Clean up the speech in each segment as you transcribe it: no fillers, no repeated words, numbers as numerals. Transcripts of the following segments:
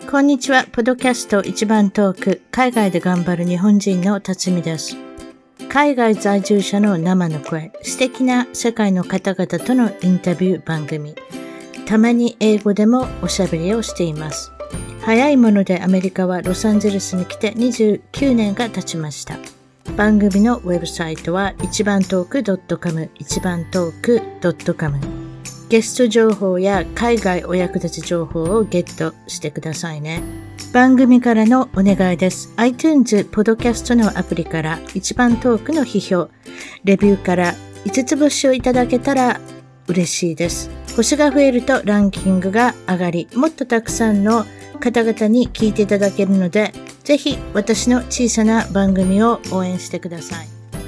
こんにちは。ポッドキャスト一番トーク、海外で頑張る日本人の辰巳です。海外在住者の生の声、素敵な世界の方々とのインタビュー番組。たまに英語でもおしゃべりをしています。早いものでアメリカはロサンゼルスに来て29年が経ちました。番組のウェブサイトは一番トーク .com、一番トーク .com。ゲスト情報や海外お役立ち情報をゲットしてくださいね。番組からのお願いです。iTunes ポッドキャストのアプリから一番トークの批評、レビューから5つ星をいただけたら嬉しいです。星が増えるとランキングが上がり、もっとたくさんの方々に聞いていただけるので、ぜひ私の小さな番組を応援してください。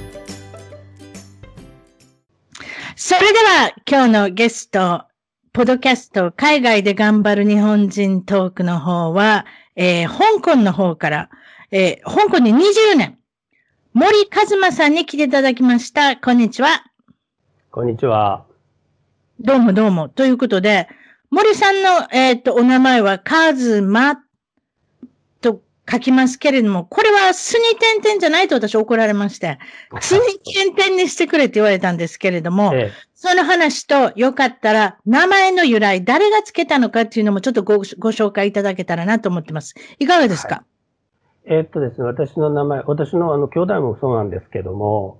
それでは今日のゲスト、ポッドキャスト海外で頑張る日本人トークの方は、香港の方から、香港に20年、森一馬さんに来ていただきました。こんにちは。 こんにちは。 どうもどうも。ということで、森さんの、お名前はカズマと書きますけれども、これはスに点々じゃないと私怒られまして、スに点々にしてくれって言われたんですけれども、その話とよかったら名前の由来、誰がつけたのかっていうのもちょっとご紹介いただけたらなと思ってます。いかがですか？ ですね、私の名前、私の兄弟もそうなんですけども、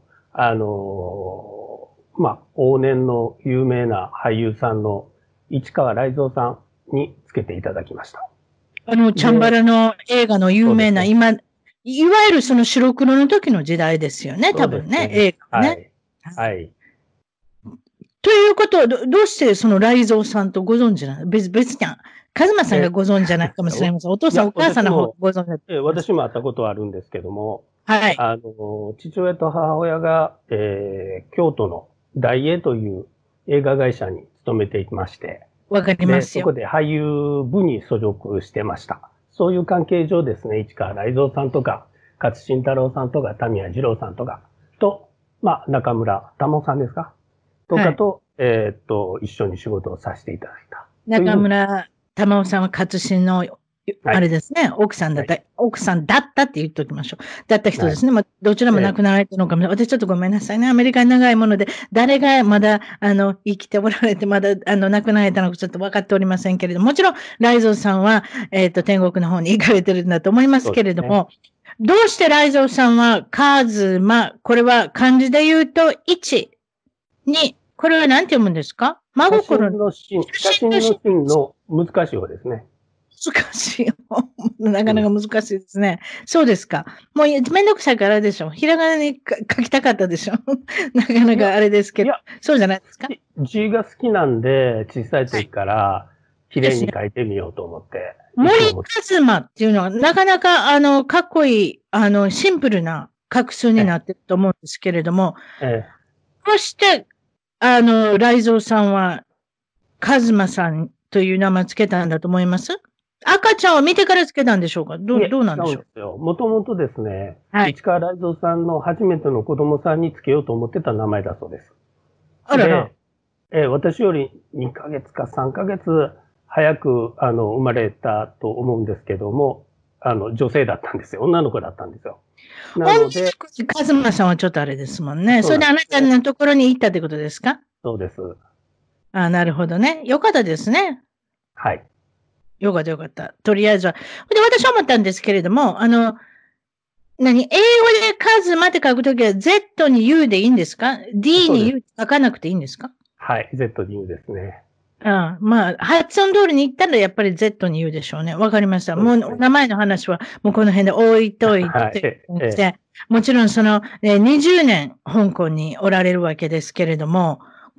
往年の有名な俳優さんの市川雷蔵さんにつけていただきました。 チャンバラの映画の有名な、今、いわゆるその白黒の時の時代ですよね、多分ね、映画ね。 はい。 ということは、どうしてその雷蔵さんとご存知なの？別に、カズマさんがご存知じゃないかもしれません。お父さん、お母さんの方がご存知だった。 私も会ったことはあるんですけども、 はい。 父親と母親が、京都の大映という映画会社に勤めていまして、 わかりますよ。 そこで俳優部に所属してました。そういう関係上ですね、市川雷蔵さんとか、勝新太郎さんとか、田宮二郎さんとか、と、中村玉緒さんですかとかと、一緒に仕事をさせていただいた。 中村玉緒さんは勝新の、あれですね、奥さんだったって言っておきましょう。だった人ですね。どちらも亡くなられてるのかもしれない。私ちょっとごめんなさいね。アメリカに長いもので、誰がまだ、生きておられて、まだ、亡くなられたのかちょっと分かっておりませんけれども、もちろん、雷蔵さんは、天国の方に行かれてるんだと思いますけれども、どうして雷蔵さんは、カズマ、これは漢字で言うと、1、2、これは何て読むんですか？真心の写真の真の難しい方ですね。 難しい。なかなか難しいですね。そうですか。もうめんどくさいからあれでしょ。ひらがなに書きたかったでしょ。なかなかあれですけど。そうじゃないですか。 字が好きなんで、小さい時から綺麗に書いてみようと思って。 森一馬っていうのはなかなかかっこいい、シンプルな画数になってると思うんですけれども、そして、雷蔵さんは、カズマさんという名前つけたんだと思います？赤ちゃんを見てからつけたんでしょうか？どうなんでしょう？ もともとですね、市川雷蔵さんの初めての子供さんにつけようと思ってた名前だそうです。 あらら。 私より2ヶ月か3ヶ月早く、生まれたと思うんですけども、女性だったんですよ。女の子だったんですよ。 なので。カズマさんはちょっとあれですもんね。それであなたのところに行ったってことですか？ そうです。 なるほどね。よかったですね。 はい。 よかった。とりあえずは。で、私は思ったんですけれども、英語でカズマって書くときは Z に U でいいんですか？ D に U 書かなくていいんですか？ はい、Z に U ですね。 発音通りに言ったらやっぱり Z に言うでしょうね。わかりました。もう名前の話はもうこの辺で置いといて、もちろんその、20年香港におられるわけですけれども、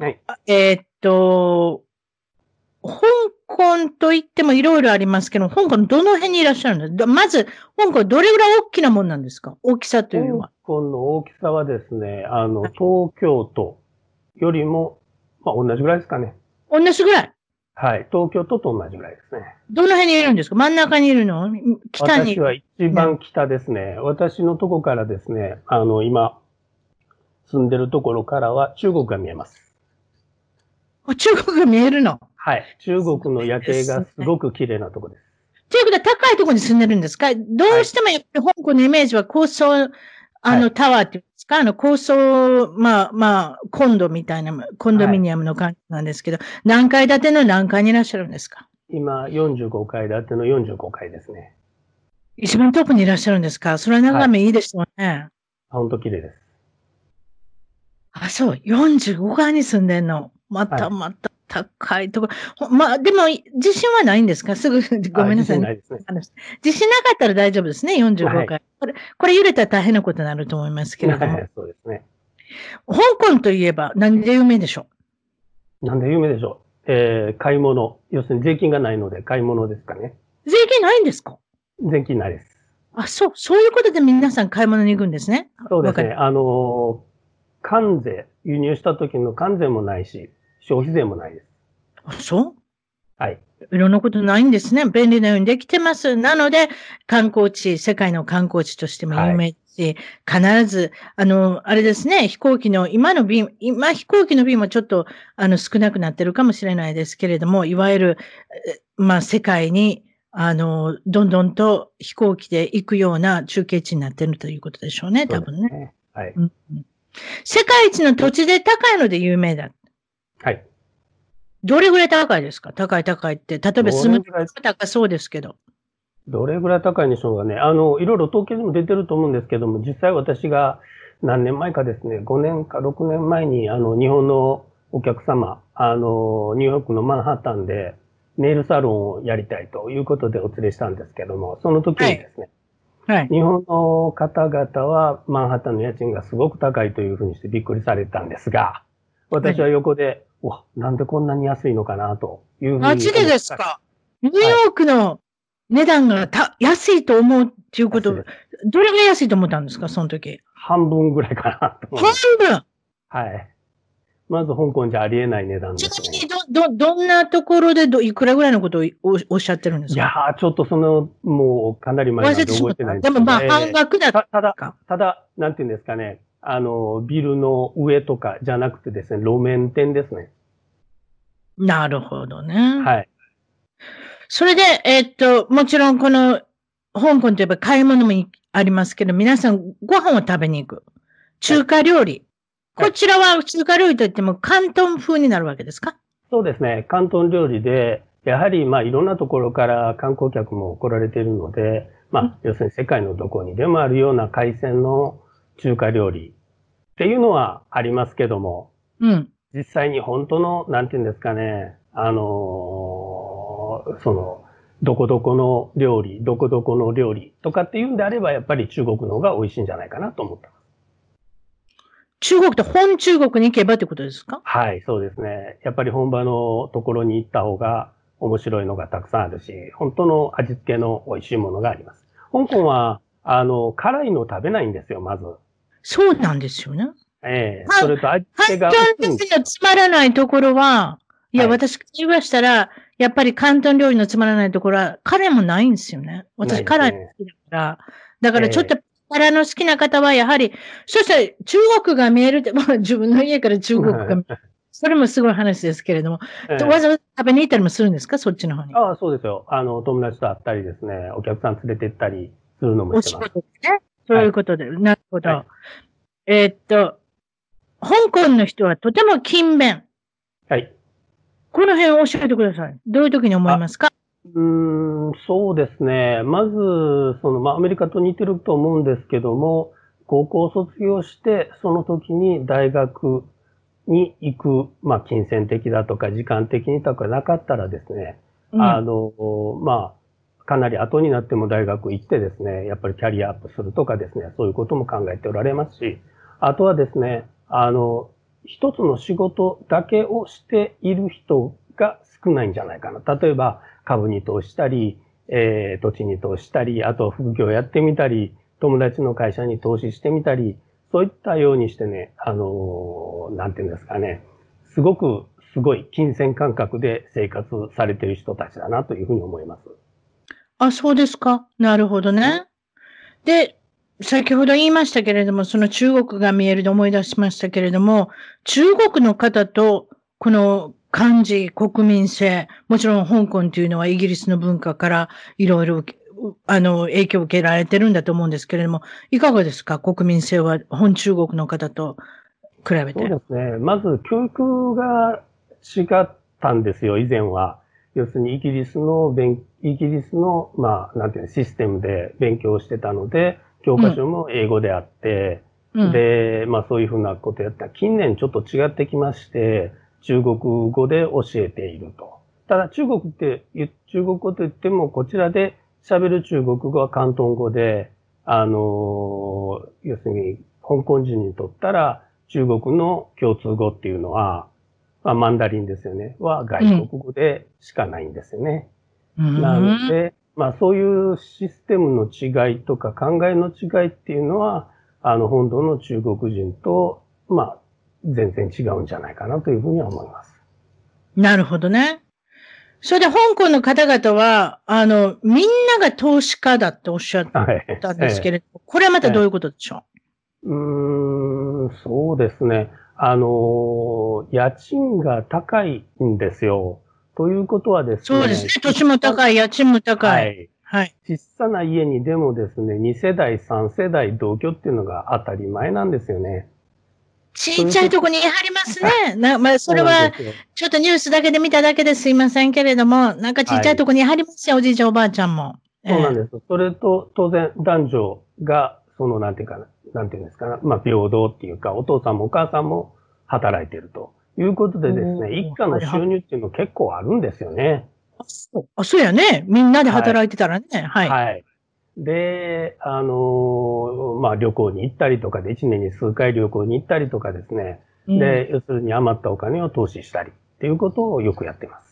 香港といってもいろいろありますけど、香港どの辺にいらっしゃるんですか？まず、香港どれぐらい大きなもんなんですか？大きさというのは。 香港の大きさはですね、東京都よりも、同じぐらいですかね。 同じぐらい？ はい。東京都と同じぐらいですね。 どの辺にいるんですか？真ん中にいるの？北に。 私は一番北ですね。私のとこからですね、今、住んでるところからは中国が見えます。 中国が見えるの？ はい。中国の夜景がすごく綺麗なところです。 ということは高いところに住んでるんですか？どうしてもやっぱり香港のイメージは高層、タワーっていうんですか？高層、コンドみたいな、コンドミニアムの感じなんですけど、何階建ての何階にいらっしゃるんですか？ 今、45階建ての45階ですね。 一番トップにいらっしゃるんですか？それは眺めいいですよね。 本当綺麗です。 あ、そう、45階に住んでんの。また高いところ。でも、自信はないんですか？すぐ、ごめんなさい。 自信ないですね。 自信なかったら大丈夫ですね、45階。これ揺れたら大変なことになると思いますけれども。 そうですね。 香港といえば何で有名でしょう？なんで有名でしょう？買い物。要するに税金がないので買い物ですかね。 税金ないんですか？ 税金ないです。 あ、そういうことで皆さん買い物に行くんですね。 そうですね。関税、輸入した時の関税もないし、消費税もないです。 あ、そうはい。 いろんなことないんですね。便利なようにできてます。なので、観光地、世界の観光地としても有名ですし、必ず、あれですね、飛行機の便もちょっと、少なくなってるかもしれないですけれども、いわゆる、世界に、どんどんと飛行機で行くような中継地になっているということでしょうね、多分ね。 はい。 世界一の土地で高いので有名だ。 はい。 どれぐらい高いですか？高いって。例えば住むところ高そうですけど。 どれぐらい高いんでしょうかね。いろいろ統計でも出てると思うんですけども、実際私が何年前かですね、5年か6年前に、日本のお客様、ニューヨークのマンハッタンでネイルサロンをやりたいということでお連れしたんですけども、その時にですね、日本の方々はマンハッタンの家賃がすごく高いというふうにしてびっくりされたんですが、私は横で、なんでこんなに安いのかなというふうに。 マジでですか？ニューヨークの値段が安いと思うっていうこと、どれぐらい安いと思ったんですか、その時。 半分ぐらいかなと。 半分？ はい。まず香港じゃありえない値段ですね。 ちなみにどんなところでいくらぐらいのことをおっしゃってるんですか？ ちょっともうかなり前なんで覚えてないんですけど。 でも半額だったか。 ただ、なんていうんですかね。ビルの上とかじゃなくてですね、路面店ですね。 なるほどね。 はい。 それで、もちろんこの、香港といえば買い物もありますけど、皆さんご飯を食べに行く。中華料理。こちらは中華料理といっても広東風になるわけですか？ そうですね。広東料理で、やはりいろんなところから観光客も来られているので、要するに世界のどこにでもあるような海鮮の中華料理っていうのはありますけども、実際に本当の、なんていうんですかね、どこどこの料理とかっていうんであれば、やっぱり中国の方が美味しいんじゃないかなと思った。 中国って本中国に行けばってことですか？ はい、そうですね。やっぱり本場のところに行った方が面白いのがたくさんあるし、本当の味付けの美味しいものがあります。香港は、辛いの食べないんですよ、まず。 そうなんですよね。 それと味付けが広東料理のつまらないところは、私言いましたら、やっぱり広東料理のつまらないところは、辛いもないんですよね。私、辛いの好きだから。だからちょっと辛の好きな方は、やはり、そしたら中国が見えるって、自分の家から中国が見える。それもすごい話ですけれども、わざわざ食べに行ったりもするんですか、そっちの方に。 そうですよ。友達と会ったりですね、お客さん連れて行ったりするのもしてます。 お仕事ですね。そういうことで。なるほど。香港の人はとても勤勉。 はい。 この辺を教えてください。どういう時に思いますか？ そうですね。まず、アメリカと似てると思うんですけども、高校を卒業して、その時に大学に行く、金銭的だとか時間的にとかなかったらですね、かなり後になっても大学行ってですね、やっぱりキャリアアップするとかですね、そういうことも考えておられますし、あとはですね、一つの仕事だけをしている人が少ないんじゃないかな。例えば、株に投資したり、土地に投資したり、あと副業やってみたり、友達の会社に投資してみたり、そういったようにしてね、なんていうんですかね、すごい金銭感覚で生活されている人たちだなというふうに思います。 あ、そうですか。なるほどね。で、先ほど言いましたけれども、その中国が見えるで思い出しましたけれども、中国の方と、この感じ、国民性、もちろん香港というのはイギリスの文化からいろいろ影響を受けられてるんだと思うんですけれども、いかがですか、国民性は本中国の方と比べて。 そうですね。まず、教育が違ったんですよ、以前は。要するに、イギリスの、まあ、なんていうの、システムで勉強してたので、教科書も英語であって、で、まあ、そういうふうなことやった。近年ちょっと違ってきまして、中国語で教えていると。ただ、中国語と言っても、こちらで喋る中国語は広東語で、要するに、香港人にとったら、中国の共通語っていうのは、まあ、マンダリンですよね。は外国語でしかないんですよね。なので、まあそういうシステムの違いとか考えの違いっていうのは、本土の中国人と、まあ、全然違うんじゃないかなというふうには思います。 なるほどね。それで香港の方々は、みんなが投資家だっておっしゃったんですけれども、これはまたどういうことでしょう？そうですね。家賃が高いんですよ。ということはですね。 そうですね。土地も高い、家賃も高い。 はい。小さな家にでもですね、2世代、3世代同居っていうのが当たり前なんですよね。 ちっちゃいとこにありますね。まあ、それは、ちょっとニュースだけで見ただけですいませんけれども、なんかちっちゃいとこにありますよ、おじいちゃんおばあちゃんも。 そうなんです。それと、当然、男女が、なんていうんですかね、まあ、平等っていうか、お父さんもお母さんも働いているということでですね、一家の収入っていうの結構あるんですよね。 そうやね。みんなで働いてたらね。はい。 はい。で、まあ、旅行に行ったりとかで、1年に数回旅行に行ったりとかですね。で、要するに余ったお金を投資したりっていうことをよくやってます。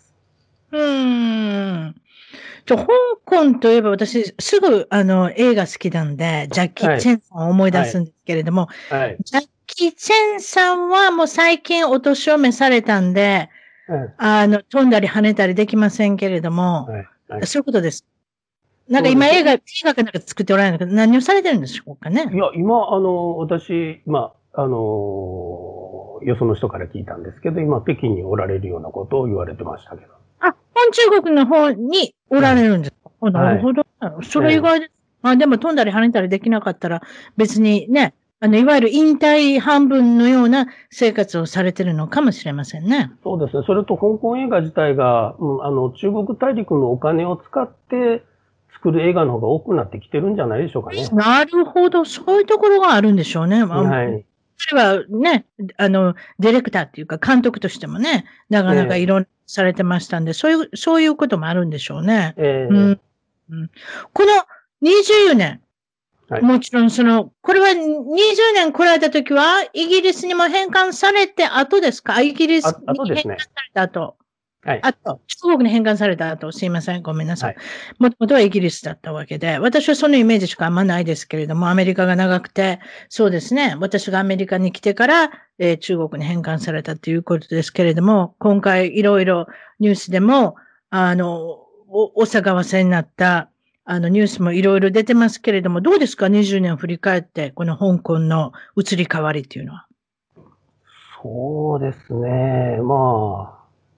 香港といえば私、すぐ、映画好きなんで、ジャッキー・チェンさんを思い出すんですけれども、ジャッキー・チェンさんはもう最近お年を召されたんで、飛んだり跳ねたりできませんけれども、そういうことです。なんか今映画かなんか作っておられるんだけど、何をされてるんでしょうかね。 いや、今、私、まあ、よその人から聞いたんですけど、今、北京におられるようなことを言われてましたけど。 本中国の方におられるんですか。なるほど。それ以外で、でも飛んだり跳ねたりできなかったら、別にね、いわゆる引退半分のような生活をされてるのかもしれませんね。 そうですね。それと香港映画自体が、中国大陸のお金を使って作る映画の方が多くなってきてるんじゃないでしょうかね。 なるほど。そういうところがあるんでしょうね。はい。それはね、ディレクターっていうか監督としてもね、なかなかいろいろされてましたんで、そういうこともあるんでしょうね。この20年、もちろんこれは20年来られたときは、イギリスにも返還されて後ですか？イギリスに返還された後。中国に返還された後、すいません、ごめんなさい。もともとはイギリスだったわけで、私はそのイメージしかあんまないですけれども、アメリカが長くて、そうですね、私がアメリカに来てから、中国に返還されたということですけれども、今回いろいろニュースでも、お騒がせになった、ニュースもいろいろ出てますけれども、どうですか ?20 年振り返って、この香港の移り変わりっていうのは。 そうですね。ま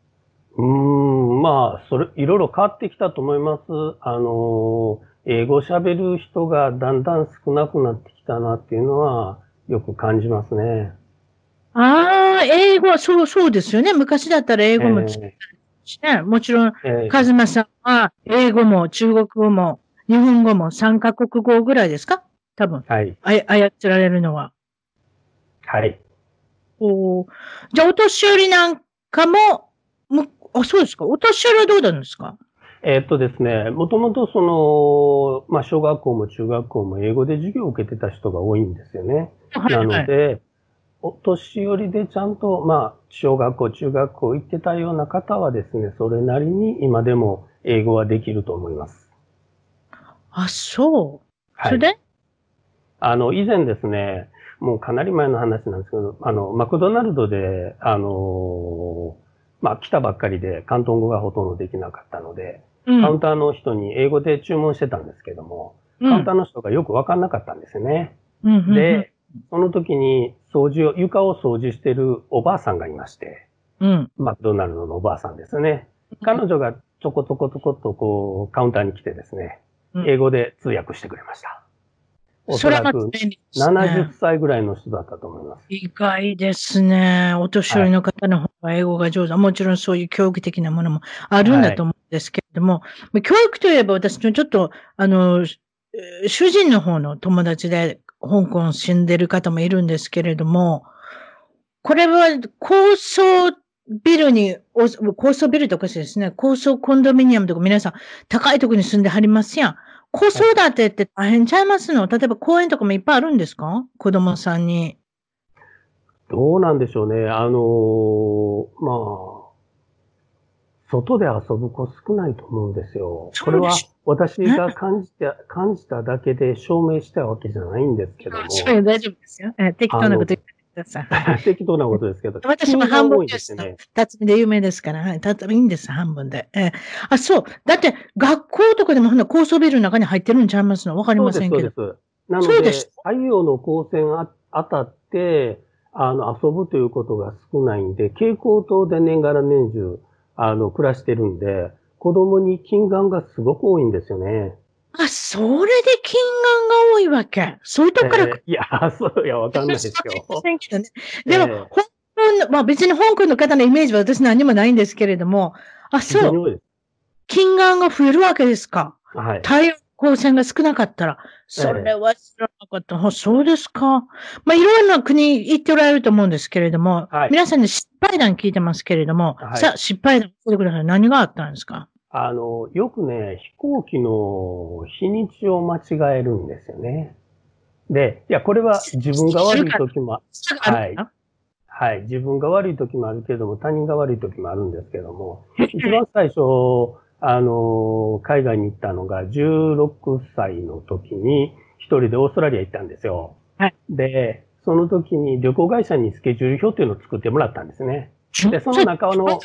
あ、いろいろ変わってきたと思います。英語喋る人がだんだん少なくなってきたなっていうのは、よく感じますね。 英語はそうですよね。昔だったら英語も使ってるしね。もちろん、カズマさんは英語も中国語も日本語も3カ国語ぐらいですか？多分。操られるのは。 はい。 じゃあ、お年寄りなんかも、そうですか。お年寄りはどうなんですか？ ですね、もともとまあ、小学校も中学校も英語で授業を受けてた人が多いんですよね。なので、お年寄りでちゃんと、まあ、小学校、中学校行ってたような方はですね、それなりに今でも英語はできると思います。 そう。それで？ 以前ですね、もうかなり前の話なんですけど、マクドナルドで、まあ、来たばっかりで広東語がほとんどできなかったので、カウンターの人に英語で注文してたんですけども、カウンターの人がよくわかんなかったんですよね。で、その時に床を掃除してるおばあさんがいまして、 うん。 マクドナルドのおばあさんですね。彼女がちょこちょこちょこっとこう、カウンターに来てですね、英語で通訳してくれました。おそらく70歳ぐらいの人だったと思います。 意外ですね。お年寄りの方の方が英語が上手。もちろんそういう教育的なものもあるんだと思うんですけれども、教育といえば私のちょっと、主人の方の友達で香港住んでる方もいるんですけれども、これは高層ビルに、高層ビルとかですね、高層コンドミニアムとか皆さん高いところに住んではりますやん。子育てって大変ちゃいますの？例えば公園とかもいっぱいあるんですか？子供さんに。 どうなんでしょうね。外で遊ぶ子少ないと思うんですよ。これは私が感じただけで証明したわけじゃないんですけども。 そう大丈夫ですよ。適当なこと言ってください。 適当なことですけど。 私も半分ですね。辰巳で有名ですから、はい。いいんです、半分で。そう。だって、学校とかでも高層ビルの中に入ってるんちゃいますの？わかりませんけど。 そうです。なので、太陽の光線当たって、遊ぶということが少ないんで、蛍光灯で年がら年中、暮らしてるんで、子供に近眼がすごく多いんですよね。 それで近眼が多いわけ。そういうとこから。 いや、わかんないですよ。 でも、別に香港の方のイメージは私何もないんですけれども、そう。近眼が増えるわけですか。 はい。 太陽光線が少なかったら。それは知らなかった。そうですか。いろんな国行っておられると思うんですけれども、皆さんに失敗談聞いてますけれども、さあ、失敗談聞いてください。何があったんですか？ よくね、飛行機の日にちを間違えるんですよね。で、これは自分が悪い時も、はい。自分が悪い時もあるけれども、他人が悪い時もあるんですけども、一番最初、海外に行ったのが16歳の時に一人でオーストラリア行ったんですよ。 はい。 で、その時に旅行会社にスケジュール表っていうのを作ってもらったんですね。で、その中の、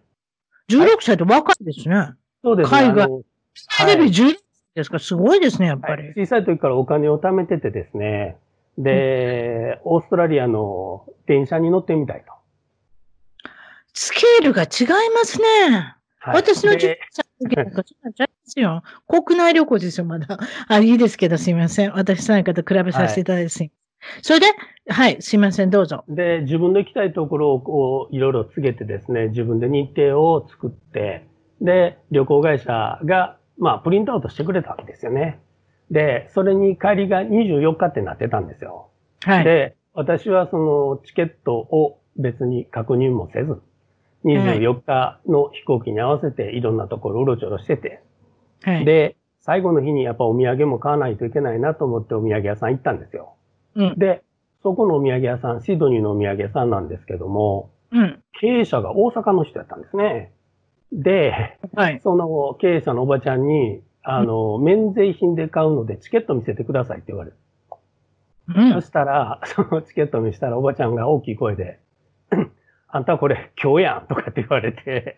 16歳って若いですね。 そうですね。 海外。テレビ16歳ですか？すごいですね、やっぱり。 小さい時からお金を貯めててですね。で、オーストラリアの電車に乗ってみたいと。 スケールが違いますね。私の10歳の時なんかそうなんちゃいますよ。国内旅行ですよ、まだ。いいですけど、すいません。私さんかと比べさせていただいて、それで、はい、すいません、どうぞ。 で、自分の行きたいところをこういろいろ告げてですね、自分で日程を作って、で、旅行会社が、プリントアウトしてくれたんですよね。で、それに帰りが24日ってなってたんですよ。 はい。 で、私はそのチケットを別に確認もせず、24日の飛行機に合わせていろんなところうろちょろしてて、はい、で、最後の日にやっぱお土産も買わないといけないなと思ってお土産屋さん行ったんですよ。で、そこのお土産屋さん、シドニーのお土産屋さんなんですけども、経営者が大阪の人やったんですね。で、その経営者のおばちゃんに、免税品で買うのでチケット見せてくださいって言われる。そしたら、そのチケット見せたらおばちゃんが大きい声で、あんたこれ今日やんとかって言われて。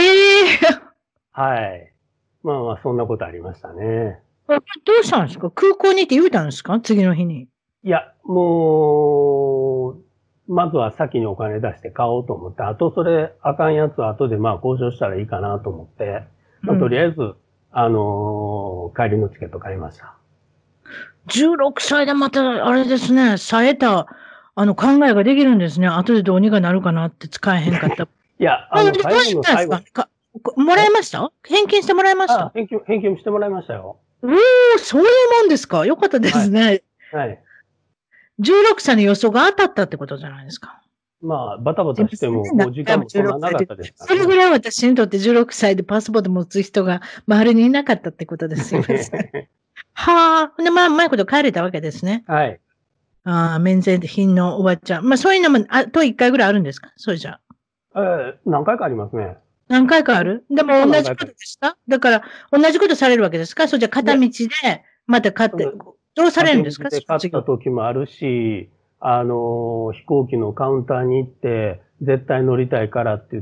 はい。そんなことありましたね。 どうしたんですか？空港にって言うたんですか？次の日に。 いや、もう、まずは先にお金出して買おうと思って、あとそれあかんやつは後で交渉したらいいかなと思って、とりあえず、帰りのチケット買いました。 16歳でまた、あれですね、冴えた、考えができるんですね。後でどうにかなるかなって使えへんかった。 いや、最後の最後。 もらいました？返金してもらいました？ 返金してもらいましたよ。 そういうもんですか？よかったですね。 はい。 16歳の予想が当たったってことじゃないですか。 バタバタしても、もう時間もそんななかったですから、 それぐらい私にとって16歳でパスポート持つ人が周りにいなかったってことですよね。はあ。で、うまいこと帰れたわけですね。 はい。 免税品のおばちゃん。そういうのも、あと1回ぐらいあるんですか？それじゃ何回かありますね。 何回かある？でも同じことですか？だから、同じことされるわけですか？それじゃ片道で、また買って、どうされるんですか？ 片道で買った時もあるし、飛行機のカウンターに行って、絶対乗りたいからって言って、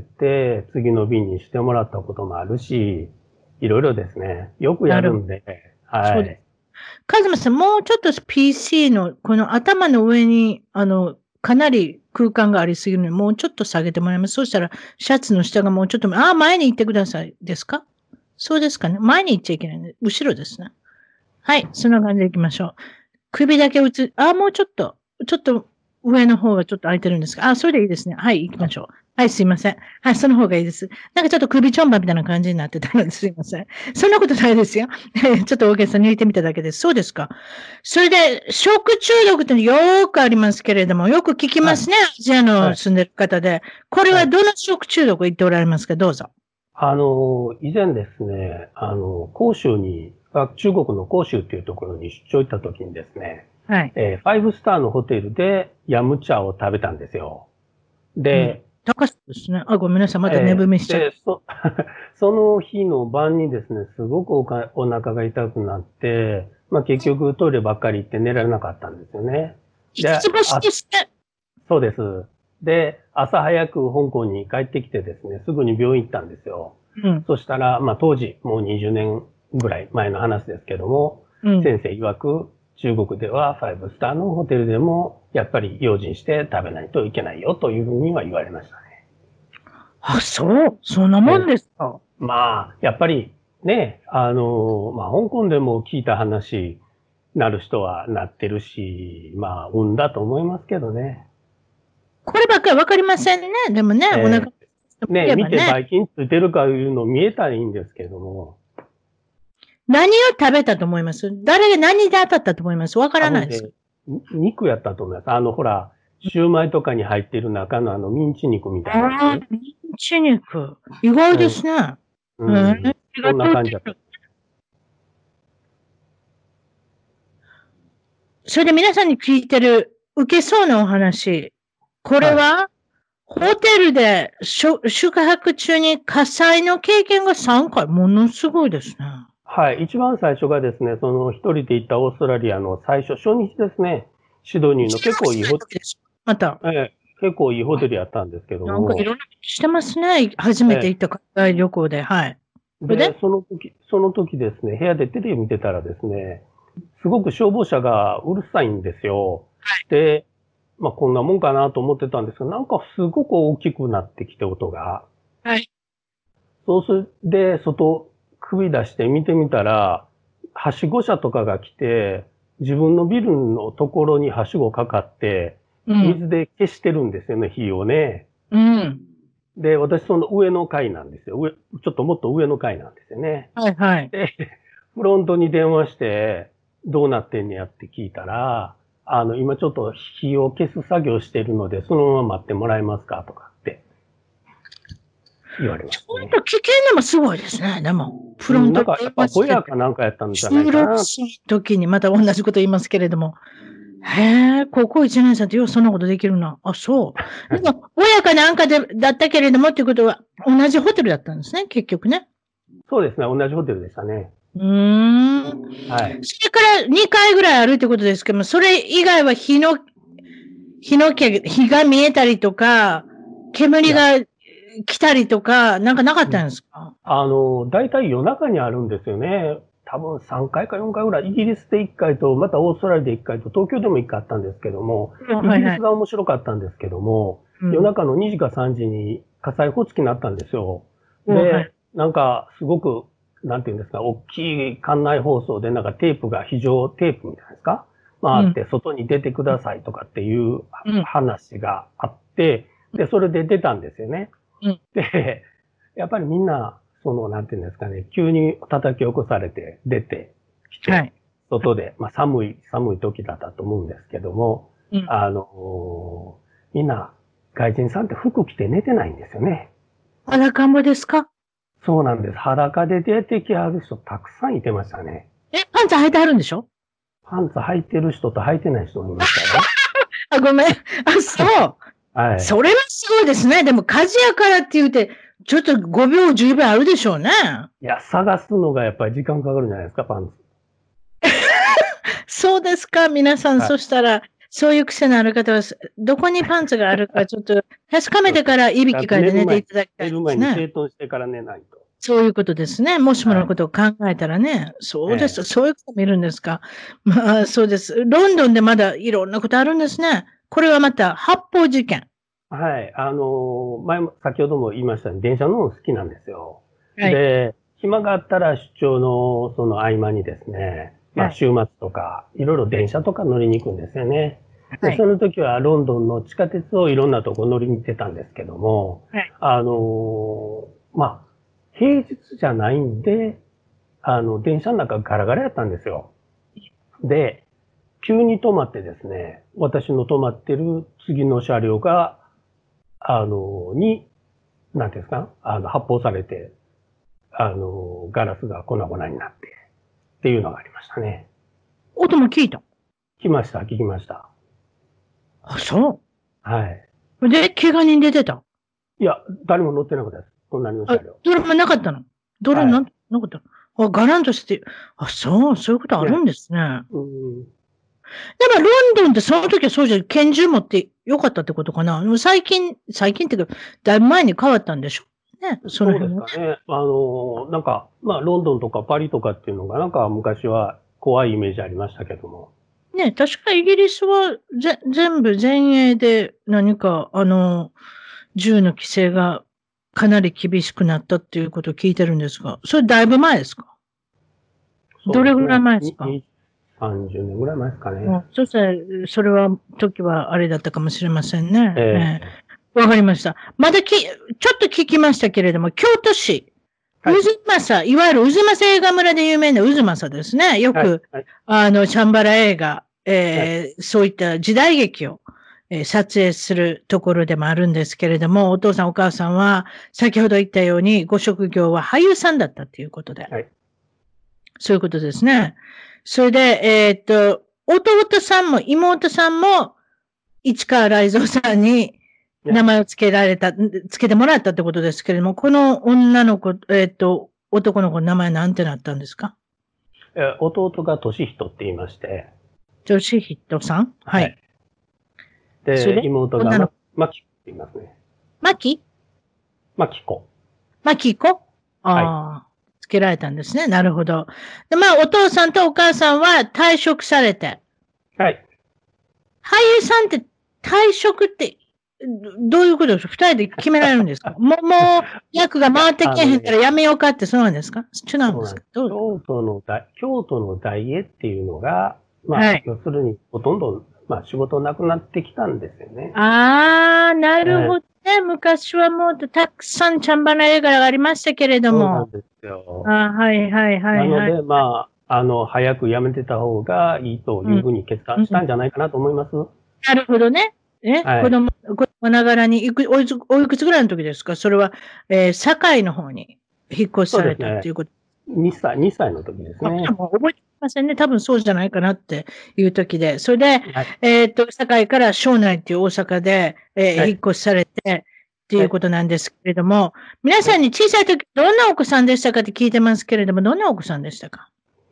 次の便にしてもらったこともあるし、いろいろですね。よくやるんで、はい。そうです。 カズマさん、もうちょっと PC の、この頭の上に、 かなり空間がありすぎるので、もうちょっと下げてもらいます。そうしたら、シャツの下がもうちょっと、前に行ってください。ですか？そうですかね。前に行っちゃいけないね。後ろですね。はい。そんな感じで行きましょう。首だけもうちょっと上の方がちょっと空いてるんですが、それでいいですね。はい、行きましょう。はい、すいません。はい、その方がいいです。なんかちょっと首ちょんばみたいな感じになってたのですいません。そんなことないですよ。ちょっと大げさに入れてみただけです。そうですか。それで、食中毒ってよーくありますけれども、よく聞きますね。アジアの住んでる方で。これはどの食中毒言っておられますか？どうぞ。 以前ですね、広州に、中国の広州っていうところに出張行った時にですね、 はい。 5スターのホテルでヤムチャを食べたんですよ。で、 高そうですね。ごめんなさい。また寝踏みしちゃう。 その日の晩にですね、すごくお腹が痛くなって、結局トイレばっかり行って寝られなかったんですよね。 五つ星ですね。 そうです。で、朝早く香港に帰ってきてですね、すぐに病院行ったんですよ。そしたら、当時、もう20年ぐらい前の話ですけども、先生曰く、中国では5スターのホテルでも、やっぱり用心して食べないといけないよというふうには言われましたね。 そう。そんなもんですか。 やっぱりね、香港でも聞いた話、なる人はなってるし、運だと思いますけどね。 こればっかりわかりませんね。でもね、お腹ね、見てばい菌ついてるかいうの見えたらいいんですけども。 何を食べたと思います？誰が何で当たったと思います？わからないです。 肉やったと思います。ほら、シューマイとかに入っている中のミンチ肉みたいな。 ミンチ肉。意外ですね。 そんな感じだった。 それで皆さんに聞いてる、受けそうなお話。これは、ホテルで宿泊中に火災の経験が3回、ものすごいですね。 はい。一番最初がですね、一人で行ったオーストラリアの最初、初日ですね。シドニーの結構いいホテル。 また。 結構いいホテルやったんですけども。 なんかいろんなことしてますね。初めて行った海外旅行で。はい。 で、その時ですね、部屋でテレビ見てたらですね、すごく消防車がうるさいんですよ。で、こんなもんかなと思ってたんですが、なんかすごく大きくなってきて、音が。 はい。 そうで、外、首出して見てみたら、はしご車とかが来て、自分のビルのところにはしごかかって、水で消してるんですよね、火をね。で、私その上の階なんですよ。ちょっともっと上の階なんですよね。 はいはい。 で、フロントに電話して、どうなってんねやって聞いたら、今ちょっと火を消す作業してるので、そのまま待ってもらえますかとかって言われました、ね。 ちょっと危険でもすごいですね、でも。フロントなんか、やっぱボヤかなんかやったんじゃないかな。 16の時にまた同じこと言いますけれども。高校1年生ってようそんなことできるな。そう。でも、親かなんかだったけれどもっていうことは、同じホテルだったんですね、結局ね。 そうですね、同じホテルでしたね。 はい。それから2回ぐらいあるってことですけども、それ以外は火が見えたりとか、煙が来たりとか、なんかなかったんですか？ 大体夜中にあるんですよね。多分3回か4回ぐらい、イギリスで1回と、またオーストラリアで1回と、東京でも1回あったんですけども、イギリスが面白かったんですけども、夜中の2時か3時に火災報知器になったんですよ。で、なんかすごく、なんていうんですか、大きい館内放送でなんか非常テープみたいですかあって、外に出てくださいとかっていう話があって、で、それで出たんですよね。で、やっぱりみんな、なんていうんですかね、急に叩き起こされて出てきて、外で、寒い時だったと思うんですけども、みんな、外人さんって服着て寝てないんですよね。 裸んぼですか？ そうなんです。裸で出てきはる人たくさんいてましたね。 パンツ履いてあるんでしょ？ パンツ履いてる人と履いてない人もいましたよ。ごめん。そう。はい。それはすごいですね。でも火事やからって言うて、ちょっと5秒、10秒あるでしょうね。 いや、探すのがやっぱり時間かかるんじゃないですか、パンツ。 そうですか、皆さん。そしたら、そういう癖のある方は、どこにパンツがあるか、ちょっと確かめてからいびきかいて寝ていただきたいですね。寝る前に整頓してから寝ないと。 そういうことですね。もしものことを考えたらね。そうです。そういうこともいるんですか。そうです。ロンドンでまだいろんなことあるんですね。 これはまた発砲事件。 はい。先ほども言いましたように、電車乗るの好きなんですよ。 はい。 で、暇があったら出張のその合間にですね、 はい週末とか、いろいろ電車とか乗りに行くんですよね。で、 はいその時はロンドンの地下鉄をいろんなとこ乗りに行ってたんですけども、 はい平日じゃないんで、電車の中ガラガラやったんですよ。で、急に止まってですね、私の止まってる次の車両が、なんていうんですか、発砲されて、ガラスが粉々になって、っていうのがありましたね。 音も聞いた。 聞きました。 あ、そはい。 う。で、怪我人出てた。 いや、誰も乗ってなかったです。隣の車両。 ドラマなかったのドラマなかった。あ、ガランとして、そういうことあるんですね。でも、ロンドンってその時はそうじゃ、拳銃持ってよかったってことかな。最近っていうか、だいぶ前に変わったんでしょね。 そうですかね。ロンドンとかパリとかっていうのが、昔は怖いイメージありましたけども。 ね、確かイギリスは全部前衛で何か、銃の規制がかなり厳しくなったっていうことを聞いてるんですが、それだいぶ前ですか？どれぐらい前ですか ？30年ぐらい前ですかね。 そしたら、それは、時はあれだったかもしれませんね。わかりました。ちょっと聞きましたけれども、京都市、渦政、いわゆる渦政映画村で有名な渦政ですね。よく、チャンバラ映画、そういった時代劇を、撮影するところでもあるんですけれども、お父さんお母さんは、先ほど言ったように、ご職業は俳優さんだったということで。そういうことですね。それで、弟さんも妹さんも、市川雷蔵さんに名前をつけてもらったってことですけれども、この女の子、男の子の名前なんてなったんですか？ 弟が俊人って言いまして。 俊人さん？はい。 で、妹がマキコって言いますね。マキコ。 マキコ？ああ。つけられたんですね。なるほど。で、お父さんとお母さんは退職されて。 はい。 俳優さんって退職って、どういうことですか？二人で決められるんですか？もう役が回ってけへんからやめようかってそうなんですか？違うんですか？ 京都の大英っていうのが、要するにほとんど、仕事なくなってきたんですよね。 ああ、なるほどね。昔はもうたくさんチャンバラ映画がありましたけれども。 そうなんですよ。 はいはい。 なので、早く辞めてた方がいいというふうに決断したんじゃないかなと思います。 なるほどね。子供ながらにおいくつぐらいの時ですか？それは、堺の方に引っ越しされたっていうこと。 2歳の時ですね。 もう覚えてませんね。多分そうじゃないかなっていう時で。それで、堺から庄内っていう大阪で、引っ越しされてっていうことなんですけれども、皆さんに小さい時どんなお子さんでしたかって聞いてますけれども、どんなお子さんでしたか？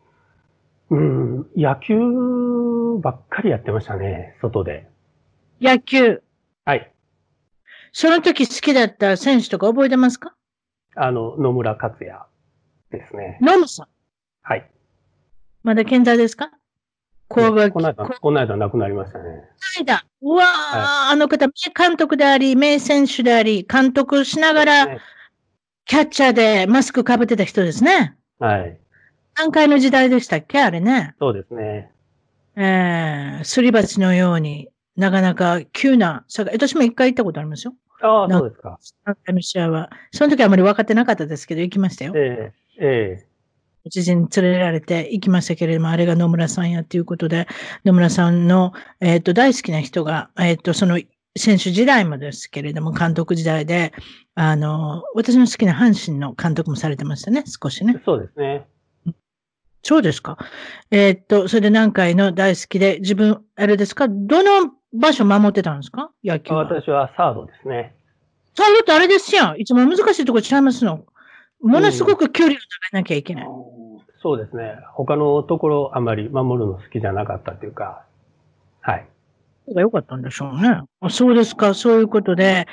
野球ばっかりやってましたね、外で。 野球。 はい。 その時好きだった選手とか覚えてますか？ 野村克也ですね。 野村さん。 はい。 まだ健在ですか？ この間亡くなりましたね。 うわー、あの方、名監督であり、名選手であり、監督しながら、キャッチャーでマスクかぶってた人ですね。 はい。 何回の時代でしたっけあれね。 そうですね。 すり鉢のように、なかなか急な、私も一回行ったことありますよ。 ああ、そうですか。 何回の試合は。その時はあまり分かってなかったですけど、行きましたよ。知人に連れられて行きましたけれども、あれが野村さんやっていうことで、野村さんの、大好きな人が、その選手時代もですけれども、監督時代で、私の好きな阪神の監督もされてましたね、少しね。 そうですね。 そうですか。それで何回の大好きで、自分、あれですか、どの場所守ってたんですか？野球は。 私はサードですね。 サードってあれですやん。いつも難しいところちゃいますの。ものすごく距離を長めなきゃいけない。 そうですね。他のところあまり守るの好きじゃなかったっていうか、はい。 よかったんでしょうね。そうですか。そういうことで、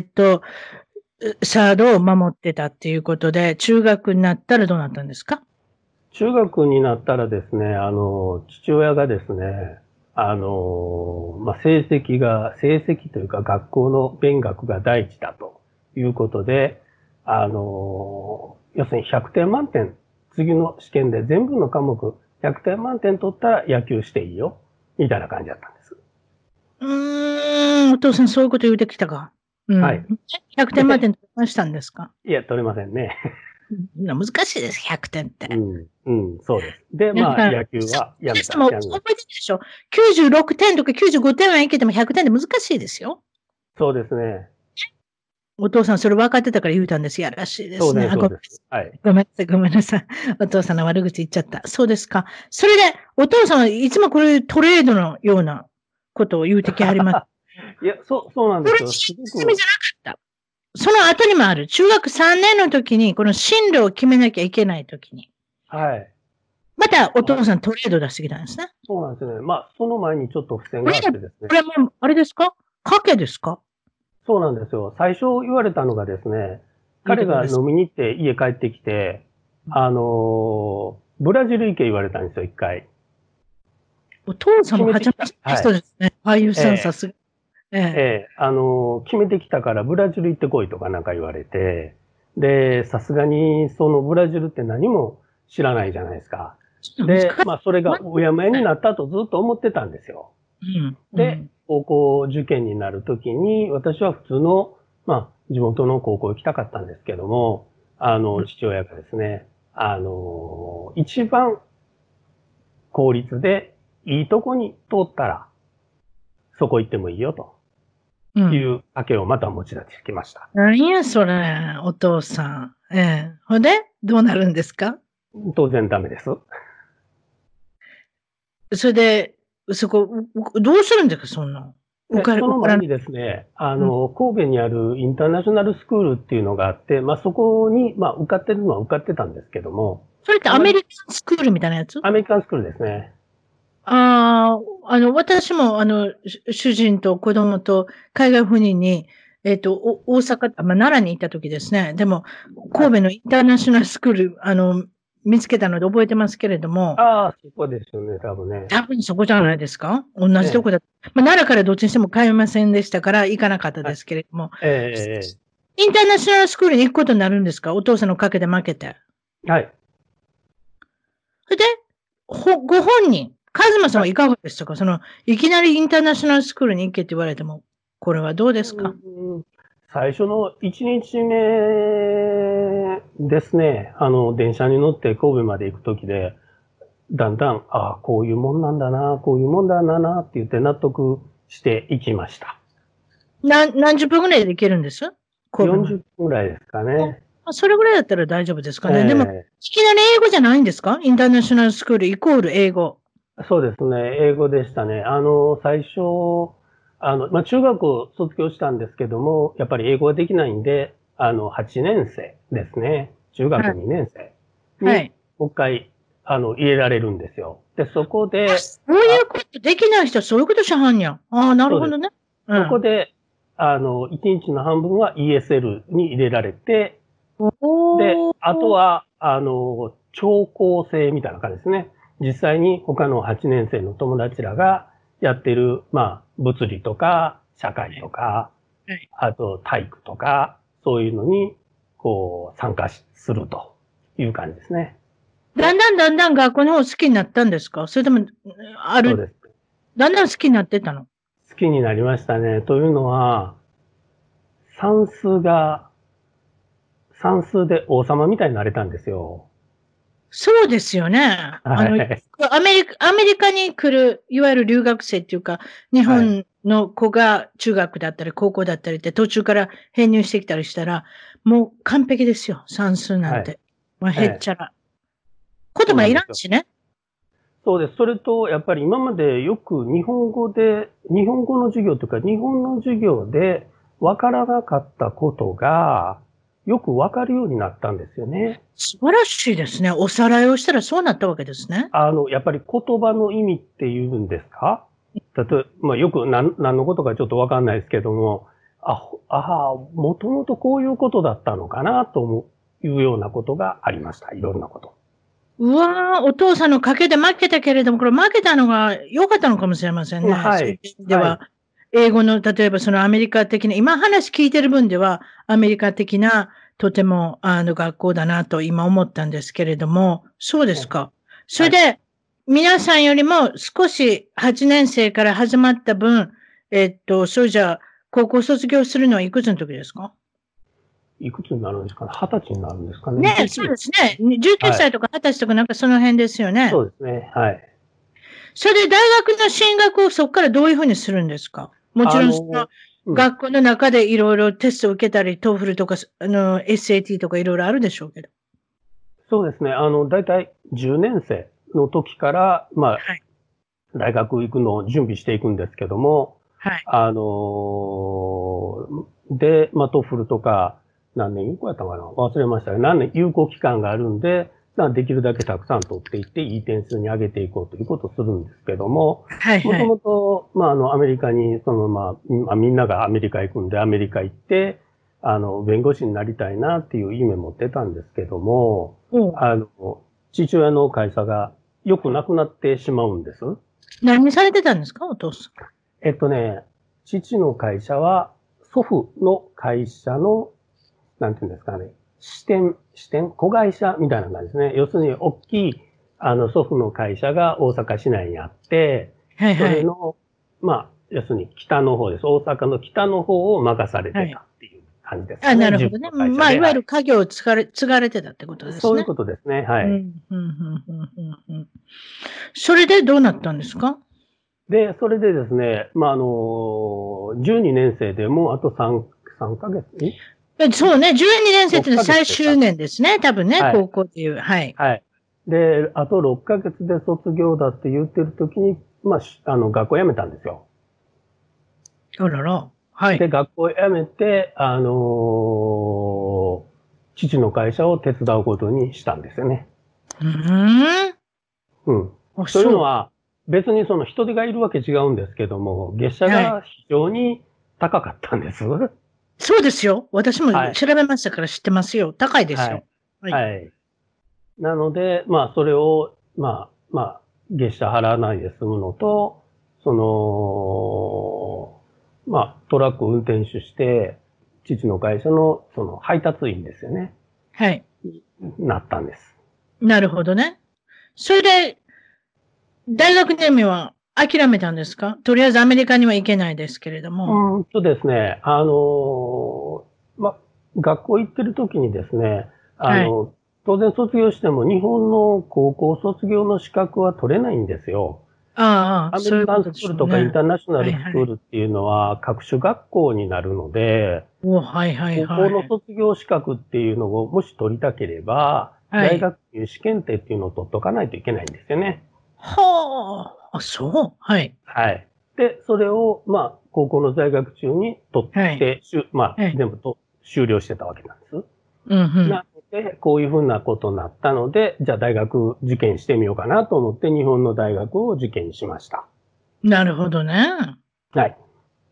サードを守ってたっていうことで、中学になったらどうなったんですか？ 中学になったらですね、父親がですね、 成績というか学校の勉学が第一だということで、要するに100点満点、次の試験で全部の科目100点満点取ったら野球していいよ、みたいな感じだったんです。 お父さんそういうこと言うてきたか。 はい。 100点満点取りましたんですか？ いや、取れませんね。 難しいです、100点って。 そうです。で、野球はやめた。 覚えてるでしょ。96点とか95点はいけても100点で難しいですよ。 そうですね。 お父さんそれ分かってたから言うたんです。やらしいですね。 そうです。はい。 ごめんなさい。お父さんの悪口言っちゃった。そうですか。それで、お父さんはいつもこれトレードのようなことを言うてきはります。 いや、そうなんですよ。 すごく。じゃなかった。その後にもある。中学3年の時に、この進路を決めなきゃいけない時に。 はい。 また、お父さんトレード出してきたんですね。 そうなんですね。その前にちょっと付箋があってですね。 これも、あれですか？賭けですか？ そうなんですよ。最初言われたのがですね、彼が飲みに行って家帰ってきて、ブラジル行け言われたんですよ、一回。 お父さんもはちゃめちゃ人ですね。俳優さんさすが。 決めてきたからブラジル行ってこいとかなんか言われて、で、さすがにそのブラジルって何も知らないじゃないですか。で、それがおやめになったとずっと思ってたんですよ。で、高校受験になるときに、私は普通の、地元の高校行きたかったんですけども、父親がですね、一番公立でいいとこに通ったら、そこ行ってもいいよと。いう賭けをまた持ち出してきました。 何やそれ、お父さん。ほんで、どうなるんですか？ 当然ダメです。 それで、そこ、どうするんですか、そんな。 その前にですね、神戸にあるインターナショナルスクールっていうのがあって、そこに、受かってるのは受かってたんですけども。 それってアメリカンスクールみたいなやつ？ アメリカンスクールですね。 私も、主人と子供と海外赴任に、大阪、奈良に行った時ですね。でも、神戸のインターナショナルスクール、見つけたので覚えてますけれども。 そこですよね、多分ね。 多分そこじゃないですか？同じとこだ。奈良からどっちにしても通いませんでしたから行かなかったですけれども。インターナショナルスクールに行くことになるんですか？お父さんの賭けで負けて。 はい。 それで、ご本人、カズマさんはいかがでしたか？いきなりインターナショナルスクールに行けって言われても、これはどうですか？ 最初の1日目ですね、電車に乗って神戸まで行くときで、だんだん、こういうもんなんだな、こういうもんだな、って言って納得していきました。 何十分ぐらいで行けるんです？ 40分ぐらいですかね。 それぐらいだったら大丈夫ですかね。でも、いきなり英語じゃないんですか？インターナショナルスクールイコール英語。 そうですね。英語でしたね。最初、中学を卒業したんですけども、やっぱり英語ができないんで、8年生ですね。中学2年生に、もう一回、入れられるんですよ。で、そこで。 そういうことできない人はそういうことしはんやん。なるほどね。 そこで、1日の半分は ESL に入れられて、で、あとは、聴講生みたいな感じですね。実際に他の8年生の友達らがやってる、物理とか、社会とか、あと体育とか、そういうのに、参加するという感じですね。 だんだん学校の方好きになったんですか？それとも、そうです。だんだん好きになってたの？ 好きになりましたね。というのは、算数で王様みたいになれたんですよ。 そうですよね。アメリカに来る、いわゆる留学生っていうか、日本の子が中学だったり高校だったりって途中から編入してきたりしたら、もう完璧ですよ、算数なんて。へっちゃら。言葉いらんしね。 そうです。それと、やっぱり今までよく日本語の授業というか、日本の授業でわからなかったことが、よくわかるようになったんですよね。 素晴らしいですね。おさらいをしたらそうなったわけですね。 やっぱり言葉の意味っていうんですか？例えば、よく何のことかちょっとわかんないですけども、もともとこういうことだったのかなというようなことがありました。いろんなこと。 うわー、お父さんの賭けで負けたけれども、これ負けたのが良かったのかもしれませんね。 はい。 そういう意味では、英語の、例えばそのアメリカ的な、今話聞いてる分では、アメリカ的な、とても、学校だなと今思ったんですけれども、そうですか。それで、皆さんよりも少し8年生から始まった分、それじゃあ、高校卒業するのはいくつの時ですか？ いくつになるんですかね。20歳になるんですかね。 ね、そうですね。19歳とか20歳とかなんかその辺ですよね。 そうですね。はい。 それで大学の進学をそこからどういうふうにするんですか？もちろんその学校の中でいろいろテストを受けたり、トーフルとか、SAT とかいろいろあるでしょうけど。 そうですね。だいたい10年生の時から、まあ、大学行くのを準備していくんですけども、 はい。 で、まあ、トーフルとか、何年有効やったかな忘れましたが、何年有効期間があるんで、できるだけたくさん取っていって、いい点数に上げていこうということをするんですけども、もともと、まあ、アメリカに、まあ、みんながアメリカ行くんで、アメリカ行って、弁護士になりたいなっていう夢持ってたんですけども、父親の会社がよくなくなってしまうんです。 何されてたんですか、お父さん。 父の会社は、祖父の会社の、なんていうんですかね、支店、子会社みたいな感じですね。要するに、大きい、祖父の会社が大阪市内にあって、それの、まあ、要するに北の方です。大阪の北の方を任されてたっていう感じですね。 なるほどね。まあ、いわゆる家業を継がれてたってことですね。 そういうことですね。はい。 それでどうなったんですか？ で、それでですね、まあ、12年生でもあと3ヶ月そうね、12年生っていうのは最終年ですね、多分ね、高校っていう。はい。 はい。で、あと6ヶ月で卒業だって言ってる時に、まあ、学校辞めたんですよ。 あらら。はい。 で、学校辞めて、父の会社を手伝うことにしたんですよね。うん。というのは、別にその人手がいるわけ違うんですけども、月謝が非常に高かったんです。 そうですよ。私も調べましたから知ってますよ。高いですよ。 はい。なので、まあ、それを、まあ、月謝払わないで済むのと、まあ、トラックを運転手して、父の会社の、配達員ですよね。 はい。 なったんです。 なるほどね。それで、大学年目は諦めたんですか？とりあえずアメリカには行けないですけれども。 ですね、まあ、学校行ってる時にですね、当然卒業しても日本の高校卒業の資格は取れないんですよ。アメリカンスクールとかインターナショナルスクールっていうのは各種学校になるので、高校の卒業資格っていうのをもし取りたければ、大学入試検定っていうのを取っとかないといけないんですよね。 はあ、そう。はい。 はい。で、それを、まあ、高校の在学中に取って、まあ、全部終了してたわけなんです。なので、こういうふうなことになったので、じゃあ大学受験してみようかなと思って、日本の大学を受験しました。 なるほどね。 はい。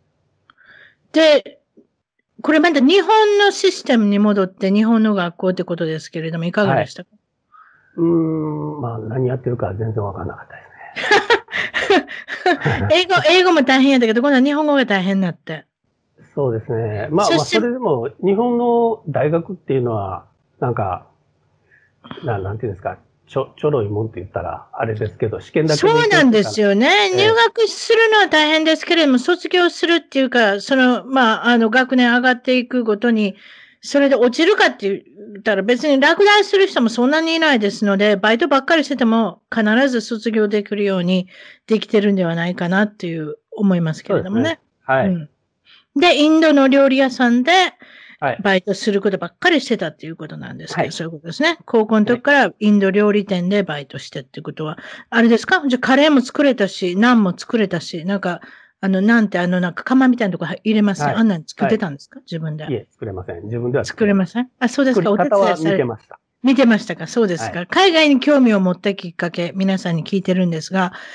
で、これまた日本のシステムに戻って日本の学校ってことですけれども、いかがでしたか？ まあ、何やってるか全然わかんなかったですね。 英語も大変やったけど、今度は日本語が大変になって。 そうですね。まあ、それでも、日本の大学っていうのは、なんか、なんていうんですか、ちょろいもんって言ったら、あれですけど、試験だけそうなんですよね。入学するのは大変ですけれども、卒業するっていうか、まあ、学年上がっていくごとに、それで落ちるかって言ったら別に落第する人もそんなにいないですので、バイトばっかりしてても必ず卒業できるようにできてるんではないかなっていう思いますけれどもね。 はい。 で、インドの料理屋さんで、バイトすることばっかりしてたっていうことなんですけど、そういうことですね。高校の時からインド料理店でバイトしてっていうことは、あれですか？じゃあカレーも作れたし、ナンも作れたし、なんか、なんてなんか釜みたいなとこ入れますね。あんなに作ってたんですか？自分で。 いえ、作れません。自分では作れません。あ、そうですか。 お手伝いされてました。 見てましたか？そうですか。海外に興味を持ったきっかけ、皆さんに聞いてるんですが、